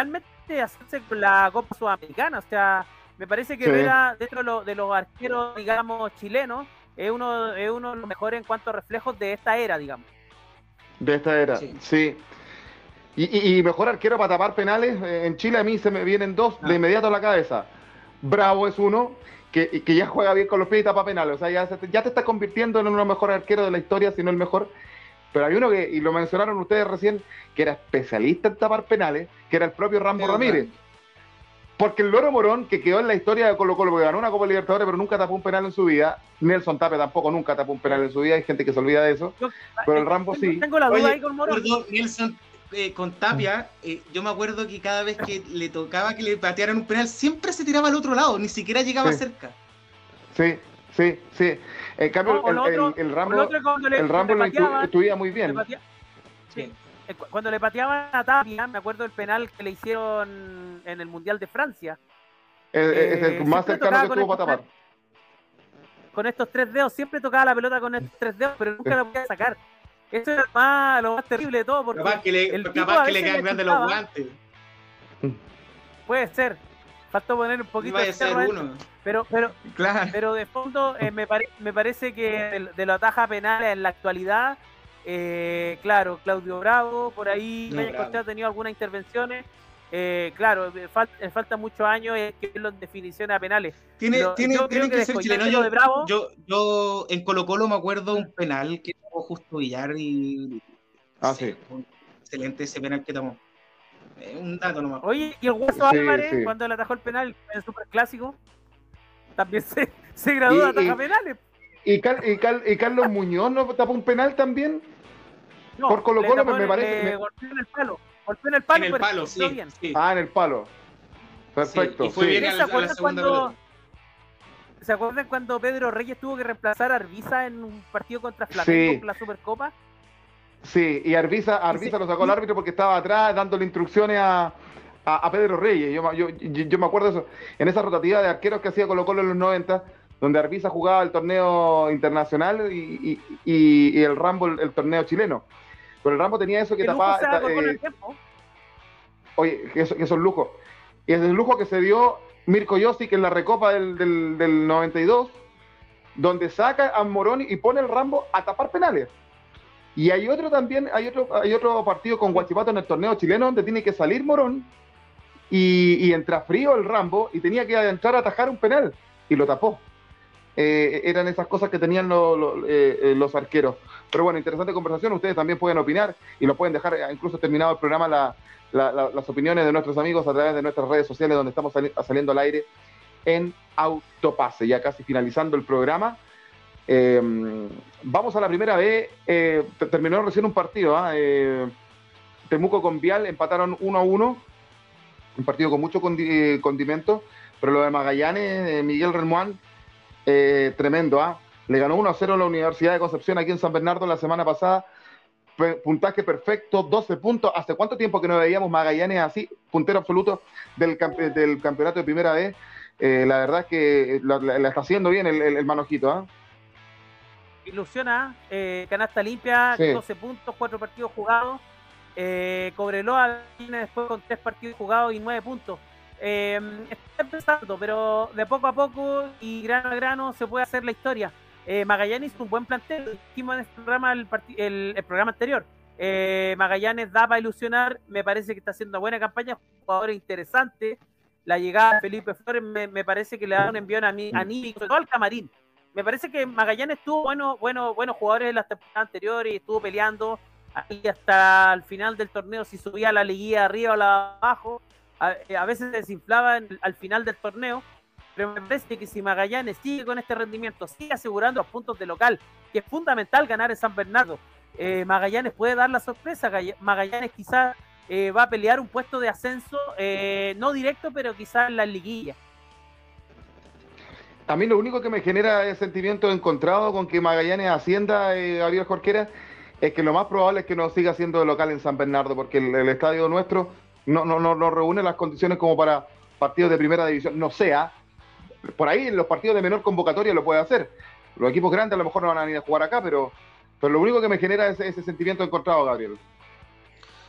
S2: de hacerse con la Copa Sudamericana. O sea, me parece que
S1: Sí.
S2: Herrera, dentro de, lo, de los arqueros, digamos, chilenos, es uno, es uno de los mejores en cuanto a reflejos de esta era, digamos.
S1: De esta era,
S3: Sí.
S1: sí. Y, y- y mejor arquero para tapar penales, eh, en Chile a mí se me vienen dos
S3: Ah.
S1: de inmediato a la cabeza. Bravo es uno, que, que ya juega bien con los pies y tapa penales. O sea, ya, se te- ya te está convirtiendo en uno de los mejores arqueros de la historia, si no el mejor. Pero hay uno que, y lo mencionaron ustedes recién, que era especialista en tapar penales, que era el propio Rambo
S3: Pero,
S1: Ramírez. Porque el Loro Morón, que quedó en la historia de Colo Colo, porque ganó una Copa Libertadores, pero nunca tapó un penal en su vida. Nelson Tapia tampoco nunca tapó un penal en su vida. Hay gente que se olvida de eso.
S2: Yo,
S1: Pero el
S2: eh,
S1: Rambo
S2: tengo,
S1: sí.
S2: tengo la duda
S3: Oye,
S2: ahí con Morón.
S3: recuerdo, Nelson, eh, con Tapia, eh, yo me acuerdo que cada vez que le tocaba que le patearan un penal, siempre se tiraba al otro lado, ni siquiera llegaba
S1: Sí.
S3: cerca.
S1: Sí, sí, sí. En cambio,
S2: No, o
S1: el,
S2: lo
S1: el-
S2: otro-
S1: el
S2: o
S1: Rambo,
S2: lo otro cuando le-
S1: el Rambo
S2: le
S1: lo intu-
S2: pateaban,
S1: estudia muy
S2: le
S1: bien.
S2: patea-
S3: Sí.
S2: eh, cu- Cuando le pateaban a Tapia, me acuerdo del penal que le hicieron en el Mundial de Francia.
S1: Es, es
S2: Eh,
S1: el más
S2: siempre
S1: cercano
S2: tocaba
S1: que
S2: con
S1: tuvo para
S2: estos
S1: tapar.
S2: Con estos tres dedos, siempre tocaba la pelota con estos tres dedos, pero nunca la podía sacar. Eso es lo más, lo más terrible de todo, porque
S3: Capaz que le,
S2: el tipo
S3: capaz
S2: a
S3: que le
S2: veces
S3: quedan
S2: le
S3: grandes los
S2: chutaba.
S3: guantes.
S2: Puede ser. Faltó poner un poquito
S3: Vaya
S2: de
S3: a ser
S2: cerro adentro.
S3: uno.
S2: Pero, pero,
S3: Claro.
S2: pero de fondo eh, me, pare- me parece que de, de la taja penal en la actualidad, eh, claro, Claudio Bravo, por ahí
S3: No,
S2: Peña
S3: Bravo.
S2: Cortés ha tenido algunas intervenciones. Eh, claro, eh, fal- eh, falta muchos años eh, que verlo en definiciones a penales.
S3: Tiene,
S2: Lo-
S3: tiene,
S2: yo
S3: tienen
S2: creo
S3: que, ser
S2: descollante
S3: chilenos.
S2: lo
S3: Yo,
S2: de Bravo.
S3: yo, yo en Colo Colo me acuerdo un penal que tomó Justo Villar y
S1: Ah,
S3: sí,
S1: sí.
S3: fue excelente ese penal que tomó. Eh, un dato nomás.
S2: Oye, y el Hueso
S1: Sí,
S2: Álvarez,
S1: sí.
S2: cuando le atajó el penal en el Superclásico, también se, se graduó de
S1: Y-
S2: ataja
S1: y-
S2: penales.
S1: ¿Y, Car- y, Car- y Carlos Muñoz no tapó un penal también?
S2: No,
S1: por Colo
S2: le
S1: Colo
S2: tapó
S1: me
S2: en-
S1: parece-
S2: le
S1: me-
S2: golpeó en el palo. Golpeó en el palo,
S3: En el
S2: pero
S3: palo,
S2: entró
S3: sí.
S2: bien.
S3: sí.
S1: Ah, en el palo. Perfecto.
S3: Sí, y fue
S1: sí.
S3: bien
S2: ¿Se
S3: a la, a la
S2: acuerdan
S3: segunda
S2: cuando-
S3: pelota.
S2: ¿Se acuerdan cuando Pedro Reyes tuvo que reemplazar a Arbiza en un partido contra Flamengo
S1: Sí.
S2: por la Supercopa?
S1: Sí, y Arbiza, Arbiza
S2: Y se-
S1: lo sacó el árbitro porque estaba atrás dándole instrucciones a, a, a Pedro Reyes. Yo, me- yo, yo, yo me acuerdo de eso. En esa rotativa de arqueros que hacía Colo Colo en los noventa, donde Arbiza jugaba el torneo internacional y, y, y- y el Rambo el, el torneo chileno. Pero el Rambo tenía eso que
S2: Que lujo
S1: tapaba.
S2: se da con
S1: eh,
S2: el tiempo.
S1: Oye, que eso, que eso es lujo. Y es el lujo que se dio Mirko Josic en la recopa del, del, del noventa y dos, donde saca a Moroni y pone el Rambo a tapar penales. Y hay otro también, hay otro, hay otro partido con Guachipato en el torneo chileno donde tiene que salir Morón y, y entra frío el Rambo y tenía que entrar a atajar un penal y lo tapó. Eh, eran esas cosas que tenían lo- lo- eh, eh, los arqueros. Pero bueno, interesante conversación. Ustedes también pueden opinar y lo pueden dejar, eh, incluso terminado el programa, la, la, la, las opiniones de nuestros amigos a través de nuestras redes sociales donde estamos sali saliendo al aire en Autopase. Ya casi finalizando el programa. Eh, vamos a la primera vez. Eh, terminó recién un partido. ¿eh? Eh, Temuco con Vial empataron uno a uno. Un partido con mucho condi eh, condimento. Pero lo de Magallanes, eh, Miguel Remuán, eh, tremendo. ¿eh? Le ganó uno a cero a la Universidad de Concepción aquí en San Bernardo la semana pasada. P puntaje perfecto, doce puntos. ¿Hace cuánto tiempo que no veíamos Magallanes así? Puntero absoluto del, campe del campeonato de primera vez. Eh, la verdad es que la, la, la está haciendo bien el, el, el manojito. ¿eh?
S2: Ilusiona, eh, canasta limpia,
S1: Sí.
S2: doce puntos, cuatro partidos jugados. Eh, Cobreloa viene después con tres partidos jugados y nueve puntos. Eh, está empezando, pero de poco a poco y grano a grano se puede hacer la historia. Eh, Magallanes hizo un buen plantel, lo dijimos en este programa, el, el, el programa anterior. Eh, Magallanes da para ilusionar, me parece que está haciendo una buena campaña, jugadores interesantes. La llegada de Felipe Flores me, me parece que le da un envión a mí, anímico, sobre todo al camarín. Me parece que Magallanes tuvo buenos, buenos, buenos jugadores en las temporadas anteriores y estuvo peleando ahí hasta el final del torneo, si subía la liguilla arriba o la abajo. A, a veces se desinflaba en, al final del torneo, pero me parece que si Magallanes sigue con este rendimiento, sigue asegurando los puntos de local, que es fundamental ganar en San Bernardo, eh, Magallanes puede dar la sorpresa. Magallanes quizás eh, va a pelear un puesto de ascenso, eh, no directo, pero quizás en la liguilla.
S1: A mí lo único que me genera es sentimiento encontrado con que Magallanes ascienda, eh, Gabriel Jorquera, es que lo más probable es que no siga siendo de local en San Bernardo, porque el, el estadio nuestro no, no, no, no reúne las condiciones como para partidos de primera división. No sea, por ahí en los partidos de menor convocatoria lo puede hacer. Los equipos grandes a lo mejor no van a ir a jugar acá, pero, pero lo único que me genera es ese sentimiento encontrado, Gabriel.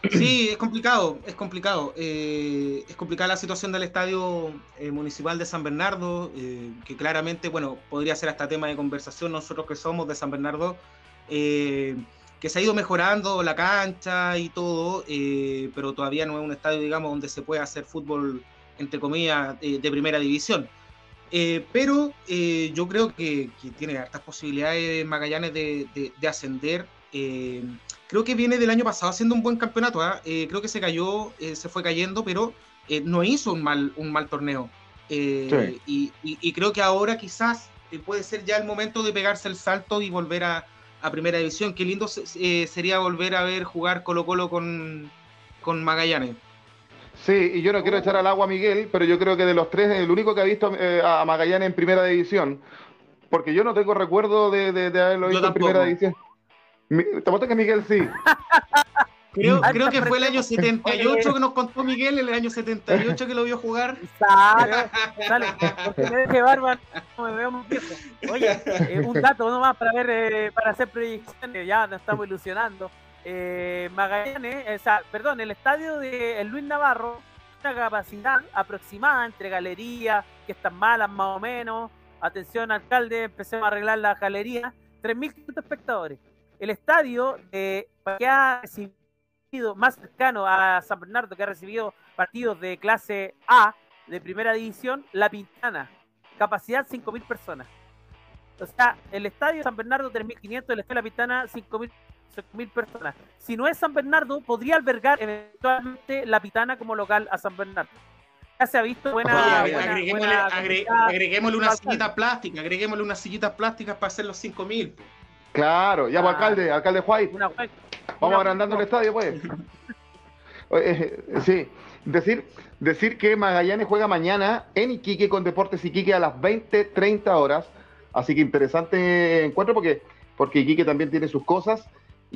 S3: Sí, es complicado, es complicado. Eh, es complicada la situación del estadio eh, municipal de San Bernardo, eh, que claramente, bueno, podría ser hasta tema de conversación nosotros que somos de San Bernardo, eh, que se ha ido mejorando la cancha y todo, eh, pero todavía no es un estadio, digamos, donde se puede hacer fútbol, entre comillas, eh, de primera división. Eh, pero eh, yo creo que, que tiene hartas posibilidades Magallanes de, de, de ascender. Eh, creo que viene del año pasado haciendo un buen campeonato. ¿eh? Eh, creo que se cayó, eh, se fue cayendo, pero eh, no hizo un mal, un mal torneo. Eh, sí. y, y, y creo que ahora quizás eh, puede ser ya el momento de pegarse el salto y volver a, a primera división. Qué lindo eh, sería volver a ver jugar Colo Colo con, con Magallanes.
S1: Sí, y yo no quiero echar al agua a Miguel, pero yo creo que de los tres, el único que ha visto eh, a Magallanes en primera división, porque yo no tengo recuerdo de, de, de haberlo visto en primera división. ¿Te apuesto que Miguel sí?
S3: Creo, creo que fue el año setenta y ocho que nos contó Miguel, el año setenta y ocho que lo vio jugar.
S2: Sale, sale, porque me deje barba, no me veo muy viejo. Oye, eh, un dato nomás para ver, eh, para hacer proyecciones, ya nos estamos ilusionando. Eh, Magallanes, o sea, perdón, el estadio de el Luis Navarro, una capacidad aproximada entre galerías, que están malas más o menos, atención alcalde, empecemos a arreglar la galería, tres mil quinientos espectadores. El estadio eh, que ha recibido más cercano a San Bernardo, que ha recibido partidos de clase A, de primera división, La Pintana, capacidad cinco mil personas. O sea, el estadio de San Bernardo tres mil quinientos, el estadio de La Pintana cinco mil personas. Si no es San Bernardo, podría albergar eventualmente La Pitana como local a San Bernardo. Ya se ha visto buena...
S3: Oye,
S2: buena,
S3: agreguémosle,
S2: buena
S3: agre, agreguémosle unas sillitas plásticas, agreguémosle unas sillitas plásticas para hacer los cinco mil.
S1: Claro, ya, ah, pues, alcalde, alcalde White. Una, Vamos una, agrandando no. el estadio, pues. eh, sí, decir, decir que Magallanes juega mañana en Iquique con Deportes Iquique a las veinte treinta horas. Así que interesante encuentro porque, porque Iquique también tiene sus cosas.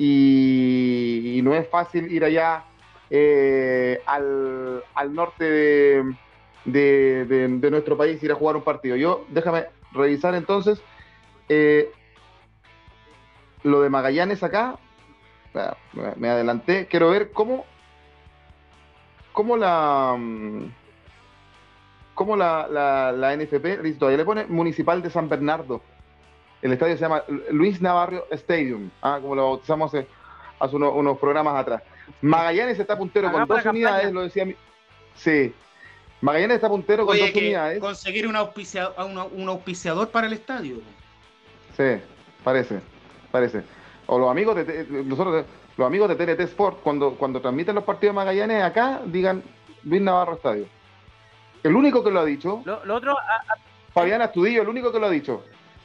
S1: Y, y no es fácil ir allá eh, al, al norte de, de, de, de nuestro país, ir a jugar un partido. Yo, déjame revisar entonces eh, lo de Magallanes acá. Me, me adelanté, quiero ver cómo cómo la cómo la, la, la N F P, todavía le pone Municipal de San Bernardo. El estadio se llama Luis Navarro Stadium, ah, como lo bautizamos hace, hace unos, unos programas atrás. Magallanes está puntero Hagamos con dos unidades, campaña. Lo decía mi... Sí. Magallanes está puntero con Oye, dos unidades.
S3: Conseguir un auspiciador, un, un auspiciador para el estadio.
S1: Sí, parece, parece. O los amigos de nosotros, los amigos de T N T Sport, cuando, cuando transmiten los partidos de Magallanes acá, digan Luis Navarro Estadio. El único que lo ha dicho.
S2: Lo, lo otro. A, a...
S1: Fabián Astudillo, el único que lo ha dicho.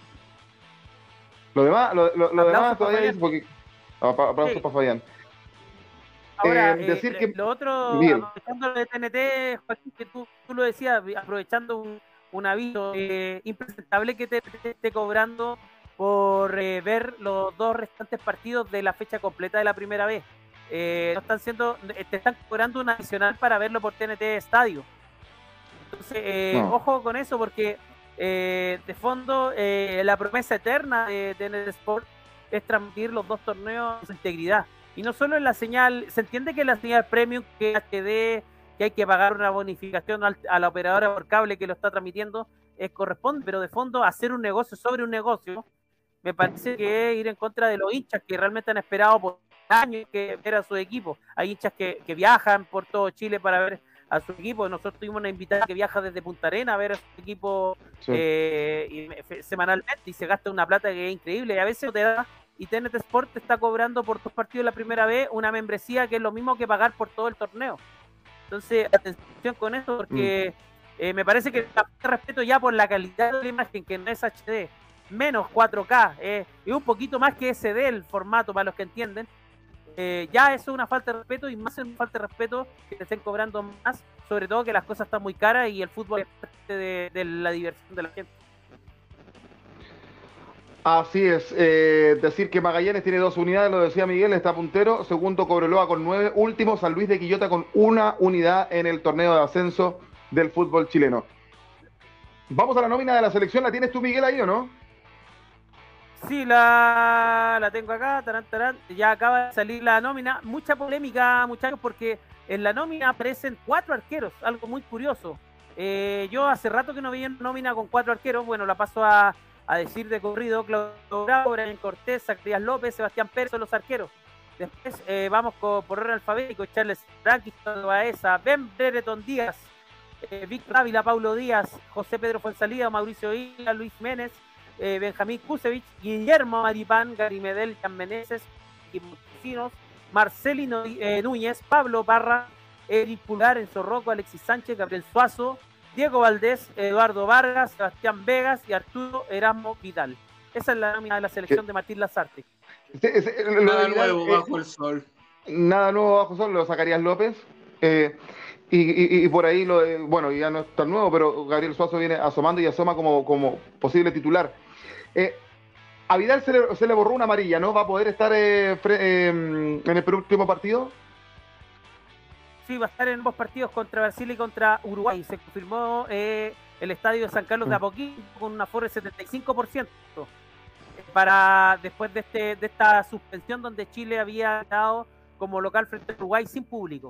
S1: Lo demás, lo, lo, lo demás todavía dice porque. Aplausos sí. para Fabián.
S2: Ahora, eh, decir eh, que... lo otro, bien. Aprovechando lo de T N T, Joaquín, que tú, tú lo decías, aprovechando un, un aviso eh, impresentable que te esté cobrando por eh, ver los dos restantes partidos de la fecha completa de la primera vez. Eh, no están siendo, te están cobrando un adicional para verlo por T N T Estadio. Entonces, eh, no. ojo con eso porque eh, de fondo eh, la promesa eterna de T N T Sport es transmitir los dos torneos en su integridad. Y no solo en la señal, se entiende que la señal premium, que es H D, que hay que pagar una bonificación al, a la operadora por cable que lo está transmitiendo, es corresponde, pero de fondo hacer un negocio sobre un negocio, me parece que es ir en contra de los hinchas que realmente han esperado por años que ver a su equipo. Hay hinchas que, que viajan por todo Chile para ver a su equipo. Nosotros tuvimos una invitada que viaja desde Punta Arenas a ver a su equipo sí. eh, y, semanalmente y se gasta una plata que es increíble. Y a veces te da, y T N T Sport te está cobrando por tus partidos la primera vez una membresía que es lo mismo que pagar por todo el torneo. Entonces, atención con eso porque mm. eh, me parece que falta respeto ya por la calidad de la imagen, que no es H D. Menos cuatro K, eh, y un poquito más que S D el formato para los que entienden, eh, ya eso es una falta de respeto y más es una falta de respeto que te estén cobrando más, sobre todo que las cosas están muy caras y el fútbol es parte de, de la diversión de la gente.
S1: Así es, eh, decir que Magallanes tiene dos unidades, lo decía Miguel, está puntero, segundo Cobreloa con nueve, último San Luis de Quillota con una unidad en el torneo de ascenso del fútbol chileno. Vamos a la nómina de la selección, ¿la tienes tú, Miguel, ahí o no?
S2: Sí, la, la tengo acá, tarán, tarán. Ya acaba de salir la nómina. Mucha polémica, muchachos, porque en la nómina aparecen cuatro arqueros, algo muy curioso. Eh, yo hace rato que no veía una nómina con cuatro arqueros. Bueno, la paso a, a decir de corrido: Claudio Bravo, Brian Cortés, Zacarías López, Sebastián Pérez son los arqueros. Después eh, vamos con, por orden alfabético: Charles Franquis, Baeza, Ben Brereton Díaz, eh, Víctor Ávila, Paulo Díaz, José Pedro Fuenzalida, Mauricio Isla, Luis Jiménez, eh, Benjamín Kusevich, Guillermo Maripán, Gary Medel, Jan Meneses, Montesinos, Marcelino eh, Núñez, Pablo Parra, Eric Pulgar, Enzo Rocco, Alexis Sánchez, Gabriel Suazo, Diego Valdés, Eduardo Vargas, Sebastián Vegas y Arturo Erasmo Vidal. Esa es la nómina de la selección de Martín Lazarte.
S1: Ese- ese- lo
S3: Nada
S1: de Vidal,
S3: nuevo
S1: eh,
S3: bajo el sol.
S1: nada nuevo bajo sol, lo Zacarías López. eh, y, y- y por ahí, lo de- bueno, ya no es tan nuevo, pero Gabriel Suazo viene asomando y asoma como, como posible titular. Eh, a Vidal se le, se le borró una amarilla, ¿no? ¿Va a poder estar eh, fre- eh, en el último partido?
S2: Sí, va a estar en ambos partidos contra Brasil y contra Uruguay. Se confirmó eh, el estadio de San Carlos de Apoquindo con un aforo de setenta y cinco por ciento. Para después de, este, de esta suspensión donde Chile había estado como local frente a Uruguay sin público.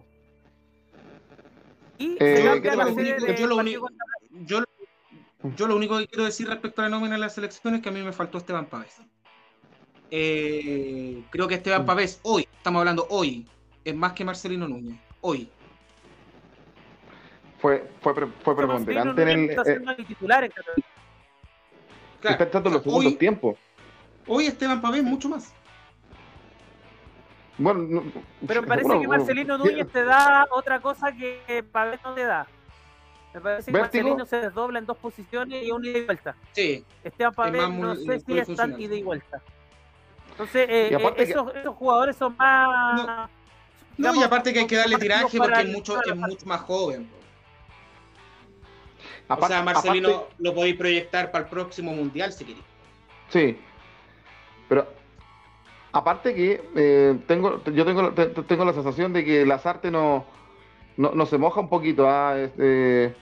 S2: Y
S1: Eh,
S2: se
S1: ¿qué
S2: cambia
S1: te
S2: la
S1: parece?
S2: sede
S3: Yo
S2: del
S3: lo,
S2: partido
S3: único,
S2: contra
S3: yo, yo lo único que quiero decir respecto a la nómina de la selección es que a mí me faltó Esteban Pavés. Eh, creo que Esteban Pavés hoy, estamos hablando hoy, es más que Marcelino Núñez. Hoy.
S1: Fue, fue, pre- fue preponderante en el.
S2: está
S1: eh,
S2: siendo el titular en Cataluña.
S3: Claro,
S1: está entrando en
S3: o
S1: los
S3: sea,
S1: segundos
S3: hoy,
S1: tiempos.
S3: hoy Esteban Pavés mucho más.
S1: Bueno, no-
S2: Pero me parece
S1: bueno,
S2: que
S1: bueno,
S2: Marcelino Núñez te da otra cosa que Pavés no te da. Me parece que
S1: ¿Vértigo?
S2: Marcelino se desdobla en dos posiciones y un ida y vuelta.
S3: Sí.
S2: Esteban Pavés
S3: más
S2: no
S3: muy-
S2: sé si es tan
S3: polifuncional.
S2: ida y vuelta. Entonces, eh,
S1: Y aparte
S2: eh,
S1: que-
S2: esos, esos jugadores son más...
S3: No,
S2: digamos,
S3: y aparte que hay que darle
S2: más
S3: tiraje
S2: activos para
S3: porque es
S2: el-
S3: mucho,
S2: para
S3: es
S2: la-
S3: mucho más joven. O
S1: aparte-
S3: sea, Marcelino
S1: aparte-
S3: lo podéis proyectar para el próximo mundial si queréis.
S1: Sí, pero aparte que eh, tengo, yo tengo, te- te- tengo la sensación de que Lazarte no, no, no se moja un poquito. Ah, este,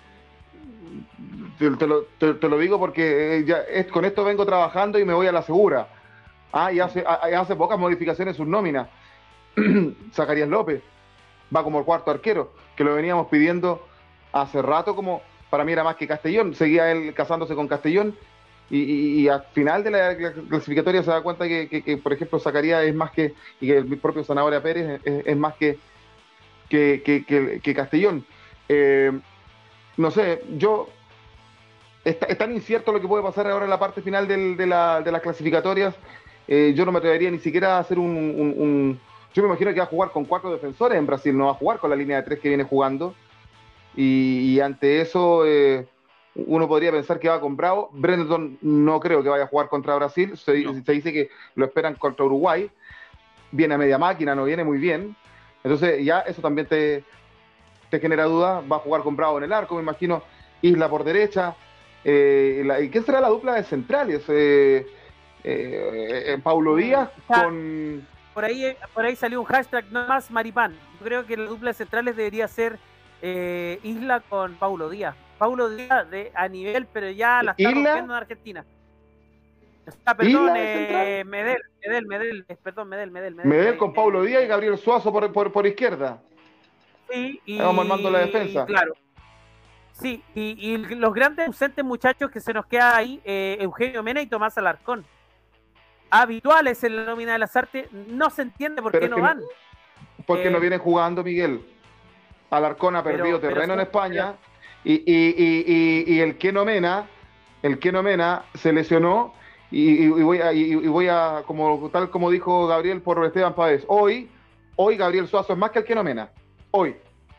S1: te, te lo, te- te lo digo porque eh, ya es, con esto vengo trabajando y me voy a la segura. Ah, y hace, a- y hace pocas modificaciones en sus nóminas. Zacarías López va como el cuarto arquero, que lo veníamos pidiendo hace rato, como para mí era más que Castellón. Seguía él casándose con Castellón. Y, y- y al final de la clasificatoria se da cuenta que, que- que, por ejemplo, Zacarías es más que, y que el propio Zanahoria Pérez es, es más que, que, que- que- que Castellón. Eh, no sé, yo. Está- es tan incierto lo que puede pasar ahora en la parte final del- de, la- de las clasificatorias. Eh, yo no me atrevería ni siquiera a hacer un, un- un- Yo me imagino que va a jugar con cuatro defensores en Brasil, no va a jugar con la línea de tres que viene jugando. Y, y ante eso, eh, uno podría pensar que va con Bravo. Brenton no creo que vaya a jugar contra Brasil. Se,
S3: No.
S1: se dice que lo esperan contra Uruguay. Viene a media máquina, no viene muy bien. Entonces ya eso también te, te genera duda. Va a jugar con Bravo en el arco, me imagino. Isla por derecha. Eh, la- ¿Y qué será la dupla de centrales? Eh, eh, eh, Paulo Díaz con...
S2: Por ahí, por ahí salió un hashtag no más Maripán. Yo creo que la dupla de centrales debería ser eh, Isla con Paulo Díaz. Paulo Díaz de, a nivel, pero ya la está
S1: ¿Isla?
S2: rompiendo en Argentina. Ah, perdón,
S1: ¿Isla de central?
S2: eh, Medel, Medel, Medel, eh, perdón, Medel, Medel, Medel.
S1: Medel
S2: eh,
S1: con Paulo
S2: eh,
S1: Díaz y Gabriel Suazo por, por, por izquierda.
S2: Sí, y,
S1: Ahí vamos armando la defensa.
S2: Claro. Sí, y, y los grandes ausentes muchachos que se nos queda ahí, eh, Eugenio Mena y Tomás Alarcón. Habituales en la nómina de las artes, no se entiende por
S1: Pero
S2: qué
S1: es
S2: no
S1: que
S2: van.
S1: Porque
S2: Eh,
S1: no vienen jugando, Miguel. Alarcón ha
S2: pero-
S1: perdido
S2: pero
S1: terreno
S2: son-
S1: en España y, y, y, y, y el Keno Mena, el Keno Mena se lesionó y, y voy a, y, y voy a como tal como dijo Gabriel por Esteban Páez, hoy, hoy Gabriel Suazo es más que el Keno Mena. Hoy.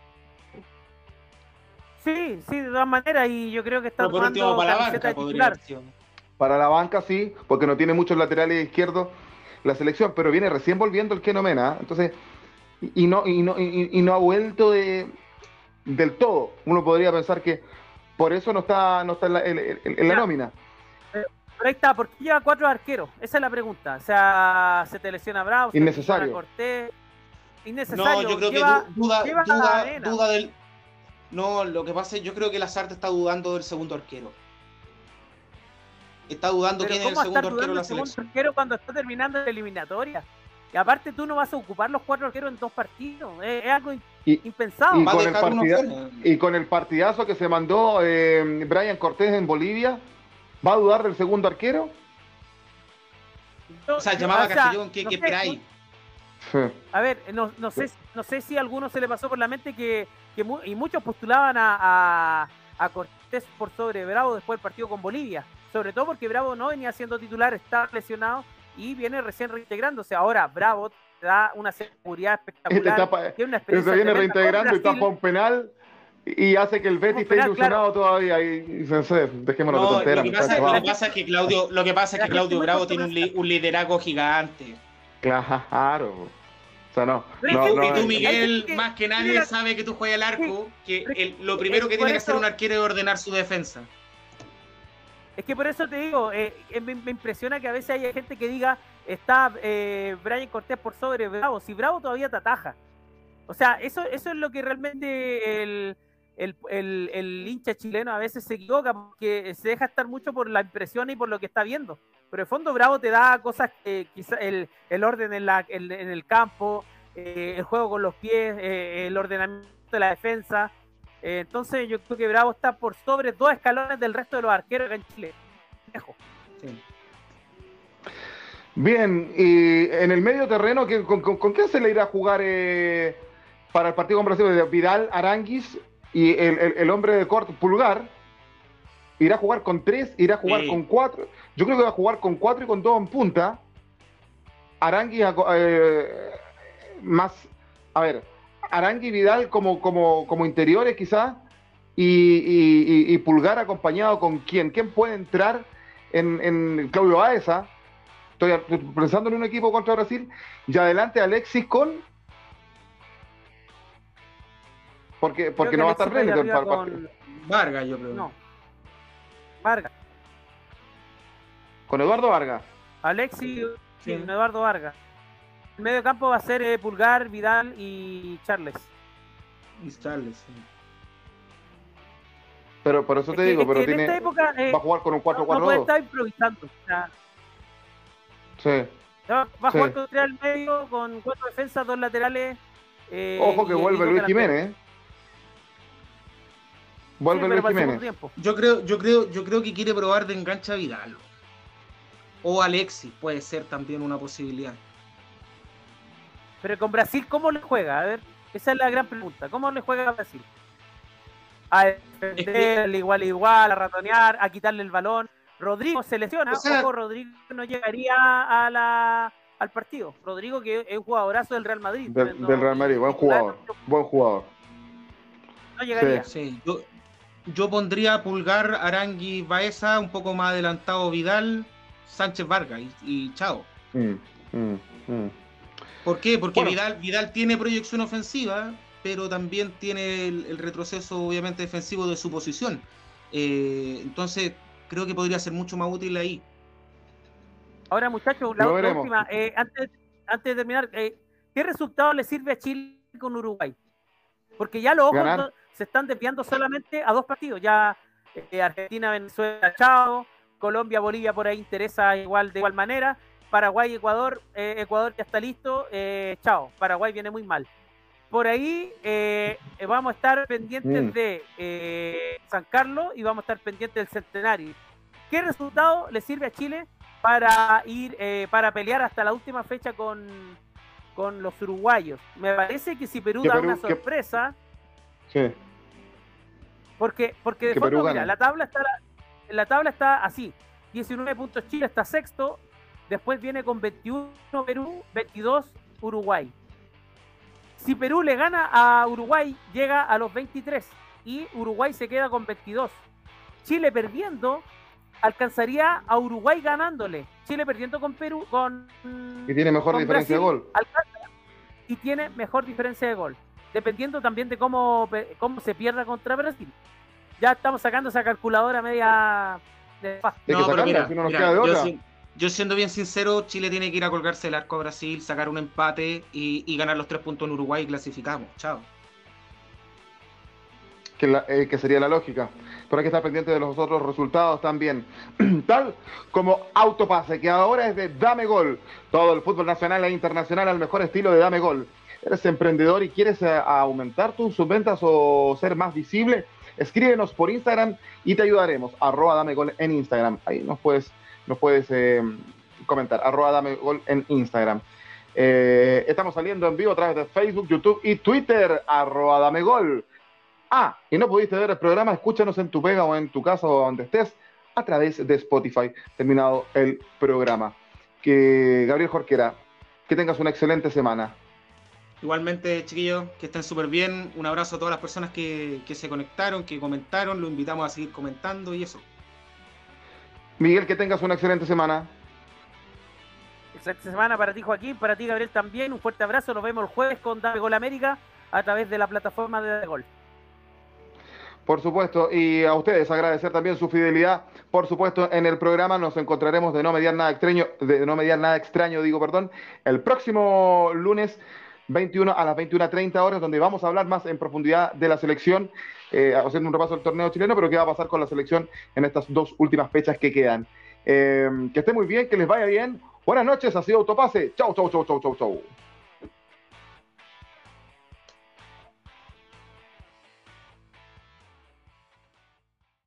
S2: Sí, sí, de todas maneras, y yo creo que está
S3: Pero por último
S2: tomando
S3: para la
S2: camiseta
S3: banca
S2: de
S3: podría
S2: titular.
S3: haber sido.
S1: Para la banca sí, porque no tiene muchos laterales izquierdos la selección, pero viene recién volviendo el Keno Mena, entonces y, y no y no y, y no ha vuelto de del todo. Uno podría pensar que por eso no está no está en la, en- en- en la
S2: Ya.
S1: nómina.
S2: Pero ahí está, ¿por qué lleva cuatro arqueros? Esa es la pregunta. O sea, se te lesiona Bravo, se te
S1: Innecesario.
S2: lesiona Cortés. Innecesario.
S3: No, yo creo
S2: lleva,
S3: que du- duda,
S2: lleva
S3: duda,
S2: arena.
S3: duda del. No, lo que pasa es yo creo que Lazarte está dudando del segundo arquero. está dudando
S2: Pero
S3: quién es el
S2: ¿cómo estar
S3: segundo arquero de
S2: dudando
S3: la
S2: el segundo
S3: selección.
S2: arquero cuando está terminando la eliminatoria? Y aparte tú no vas a ocupar los cuatro arqueros en dos partidos. Es, es algo
S1: Y,
S2: impensado.
S1: y,
S3: Va a
S1: con el
S3: dejar uno
S1: partida,
S3: fuera.
S1: y con el partidazo que se mandó eh, Brian Cortés en Bolivia, ¿va a dudar del segundo arquero?
S2: Yo-
S3: O sea,
S2: yo-
S3: llamaba
S2: o sea,
S3: Castellón, ¿qué,
S2: no
S3: qué
S2: sé,
S3: esperáis?
S1: Sí.
S2: A ver, no, no, sé, no sé si a alguno se le pasó por la mente que, que mu- y muchos postulaban a, a, a Cortés por sobre Bravo después del partido con Bolivia. Sobre todo porque Bravo no venía siendo titular, está lesionado y viene recién reintegrándose. Ahora Bravo te da una seguridad
S1: Este
S2: espectacular,
S1: tapa-
S2: tiene una
S1: se
S2: experiencia
S1: viene
S2: tremenda con
S1: reintegrando y tapa
S2: Brasil.
S1: un penal y hace que el Betis esté
S2: penal,
S1: ilusionado todavía. Y, y se, se- dejémonos de
S3: No,
S1: tonteras,
S3: lo que, pasa,
S1: muchachos,
S3: lo que
S1: vamos.
S3: pasa es que Claudio, lo que pasa es
S2: La
S3: que
S2: gente
S3: Claudio
S2: muy
S3: Bravo tiene un, li-
S2: controversial.
S3: un liderazgo gigante.
S1: Claro. O sea, no.
S2: Pero
S3: Y
S1: no,
S2: hay
S3: tú,
S1: no,
S3: y tú,
S2: gente-
S1: eh,
S3: Miguel,
S2: hay gente que
S3: más que nadie
S2: tiene la-
S3: sabe que tú juegas al arco, que
S2: pero-
S3: el- lo primero
S2: eh,
S3: que
S2: por
S3: tiene que hacer
S2: eso-
S3: un arquero es ordenar su defensa.
S2: Es que por eso te digo, eh, eh, me, me impresiona que a veces haya gente que diga está eh, Brian Cortés por sobre Bravo, si Bravo todavía te ataja. O sea, eso, eso es lo que realmente el, el, el, el hincha chileno a veces se equivoca, porque se deja estar mucho por la impresión y por lo que está viendo. Pero en fondo Bravo te da cosas, eh, quizá el, el orden en, la, en, en el campo, eh, el juego con los pies, eh, el ordenamiento de la defensa. Eh, entonces yo creo que Bravo está por sobre dos escalones del resto de los arqueros acá en Chile. Lejos.
S3: Sí.
S1: Bien, y en el medio terreno, ¿qué- con, con, con quién se le irá a jugar eh, para el partido con Brasil? Vidal, Aranguis y el, el, el hombre de corto, Pulgar. ¿Irá a jugar con tres? ¿Irá a jugar
S3: Sí.
S1: con cuatro? Yo creo que va a jugar con cuatro y con dos en punta. Aranguis eh, más, a ver, Aranguis y Vidal como, como, como interiores quizás, y, y, y, y Pulgar acompañado con quién. ¿Quién puede entrar en, en Claudio Baeza? Estoy pensando en un equipo contra Brasil. Y adelante Alexis con... Porque, porque no va a estar René para el partido.
S3: Vargas, yo creo.
S2: No. Vargas.
S1: Con Eduardo Vargas.
S2: Alexis
S3: Sí.
S2: y Eduardo Vargas. El medio campo va a ser eh, Pulgar, Vidal y Charles.
S3: Y Charles, sí.
S1: Pero por eso
S2: Es
S1: te
S2: que-
S1: digo,
S2: es que
S1: pero
S2: en
S1: tiene,
S2: esta época eh,
S1: va a jugar con un
S2: no,
S1: cuatro
S2: no
S1: cuatro
S2: puede
S1: dos.
S2: estar improvisando. O sea,
S1: Sí.
S2: va, va a
S1: Sí.
S2: jugar con tres al medio, con cuatro defensas, dos laterales. eh,
S1: Ojo que
S2: y- y
S1: vuelve
S2: dos
S1: Luis
S2: delanteros.
S1: Jiménez. ¿eh? Vuelve
S2: Sí, pero
S1: Luis
S2: para el segundo
S1: Jiménez.
S2: tiempo.
S3: Yo creo, yo creo, yo creo que quiere probar de engancha a Vidal. O Alexis puede ser también una posibilidad.
S2: Pero con Brasil, ¿cómo le juega? A ver, esa es la gran pregunta. ¿Cómo le juega a Brasil? A defender, igual igual, a ratonear, a quitarle el balón. Rodrigo se lesiona.
S3: O sea-
S2: Ojo, Rodrigo no llegaría a la, al partido. Rodrigo, que es un jugadorazo del Real Madrid.
S1: Del,
S2: no-
S1: del Real Madrid, buen
S2: titular,
S1: jugador. Buen jugador.
S2: No llegaría.
S3: Sí, yo, yo pondría Pulgar, Arangui, Baeza, un poco más adelantado Vidal, Sánchez Vargas y, y chao.
S1: Mm, mm, mm.
S3: ¿Por qué? Porque
S1: Bueno.
S3: Vidal, Vidal tiene proyección ofensiva, pero también tiene el, el retroceso obviamente defensivo de su posición. Eh, entonces creo que podría ser mucho más útil ahí.
S2: Ahora, muchachos, la,
S1: Lo
S2: la
S1: veremos.
S2: última. eh, antes, antes de terminar, eh, ¿qué resultado le sirve a Chile con Uruguay? Porque ya los ojos
S1: Ganar.
S2: no- se están desviando solamente a dos partidos. Ya eh, Argentina, Venezuela, chao. Colombia, Bolivia por ahí interesa igual de igual manera. Paraguay, Ecuador, eh, Ecuador ya está listo, eh, chao. Paraguay viene muy mal. Por ahí eh, eh, vamos a estar pendientes
S1: Mm.
S2: de eh, San Carlos y vamos a estar pendientes del Centenario. ¿Qué resultado le sirve a Chile para ir, eh, para pelear hasta la última fecha con, con los uruguayos? Me parece que si Perú
S1: Que
S2: da
S1: Perú-
S2: una
S1: que-
S2: sorpresa,
S1: Sí.
S2: porque, porque de
S1: que
S2: fondo,
S1: Perú
S2: mira,
S1: gane.
S2: la tabla está la tabla está así, diecinueve puntos Chile está sexto, después viene con veintiuno Perú, veintidós Uruguay. Si Perú le gana a Uruguay, llega a los veintitrés y Uruguay se queda con veintidós. Chile perdiendo alcanzaría a Uruguay ganándole. Chile perdiendo con Perú, con
S1: Y tiene mejor
S2: con
S1: diferencia de
S2: Brasil,
S1: gol.
S2: alcanza y tiene mejor diferencia de gol, dependiendo también de cómo, pe- cómo se pierda contra Brasil. Ya estamos sacando esa calculadora media de fácil.
S1: Hay que
S3: No, pero
S1: sacarla,
S3: mira,
S1: si no nos
S3: mira,
S1: queda de
S3: yo,
S1: otra.
S3: si- yo siendo bien sincero, Chile tiene que ir a colgarse el arco a Brasil, sacar un empate y, y ganar los tres puntos en Uruguay y clasificamos. Chao.
S1: Que que, la, eh, que sería la lógica. Pero hay que estar pendiente de los otros resultados también. Tal como Autopase, que ahora es de Dame Gol. Todo el fútbol nacional e internacional al mejor estilo de Dame Gol. ¿Eres emprendedor y quieres eh, aumentar tus ventas o ser más visible? Escríbenos por Instagram y te ayudaremos. Arroba Dame Gol en Instagram. Ahí nos puedes, nos puedes eh, comentar. Arroba Dame Gol en Instagram. Eh, estamos saliendo en vivo a través de Facebook, YouTube y Twitter. Arroba Dame Gol. Ah, y no pudiste ver el programa, escúchanos en tu pega o en tu casa o donde estés a través de Spotify. Terminado el programa. Que Gabriel Jorquera, que tengas una excelente semana.
S3: Igualmente, chiquillos, que estén súper bien. Un abrazo a todas las personas que, que se conectaron, que comentaron. Lo invitamos a seguir comentando y eso.
S1: Miguel, que tengas una excelente semana.
S2: Excelente semana para ti, Joaquín, para ti, Gabriel, también. Un fuerte abrazo. Nos vemos el jueves con Dame Gol América a través de la plataforma de Dame Gol.
S1: Por supuesto, y a ustedes agradecer también su fidelidad. Por supuesto, en el programa nos encontraremos de no mediar nada extraño, de no mediar nada extraño, digo, perdón, el próximo lunes veintiuno a las veintiuna treinta horas, donde vamos a hablar más en profundidad de la selección, eh, haciendo un repaso del torneo chileno, pero qué va a pasar con la selección en estas dos últimas fechas que quedan. Eh, que esté muy bien, que les vaya bien. Buenas noches, ha sido Autopase. Chau, chau, chau, chau, chau, chau.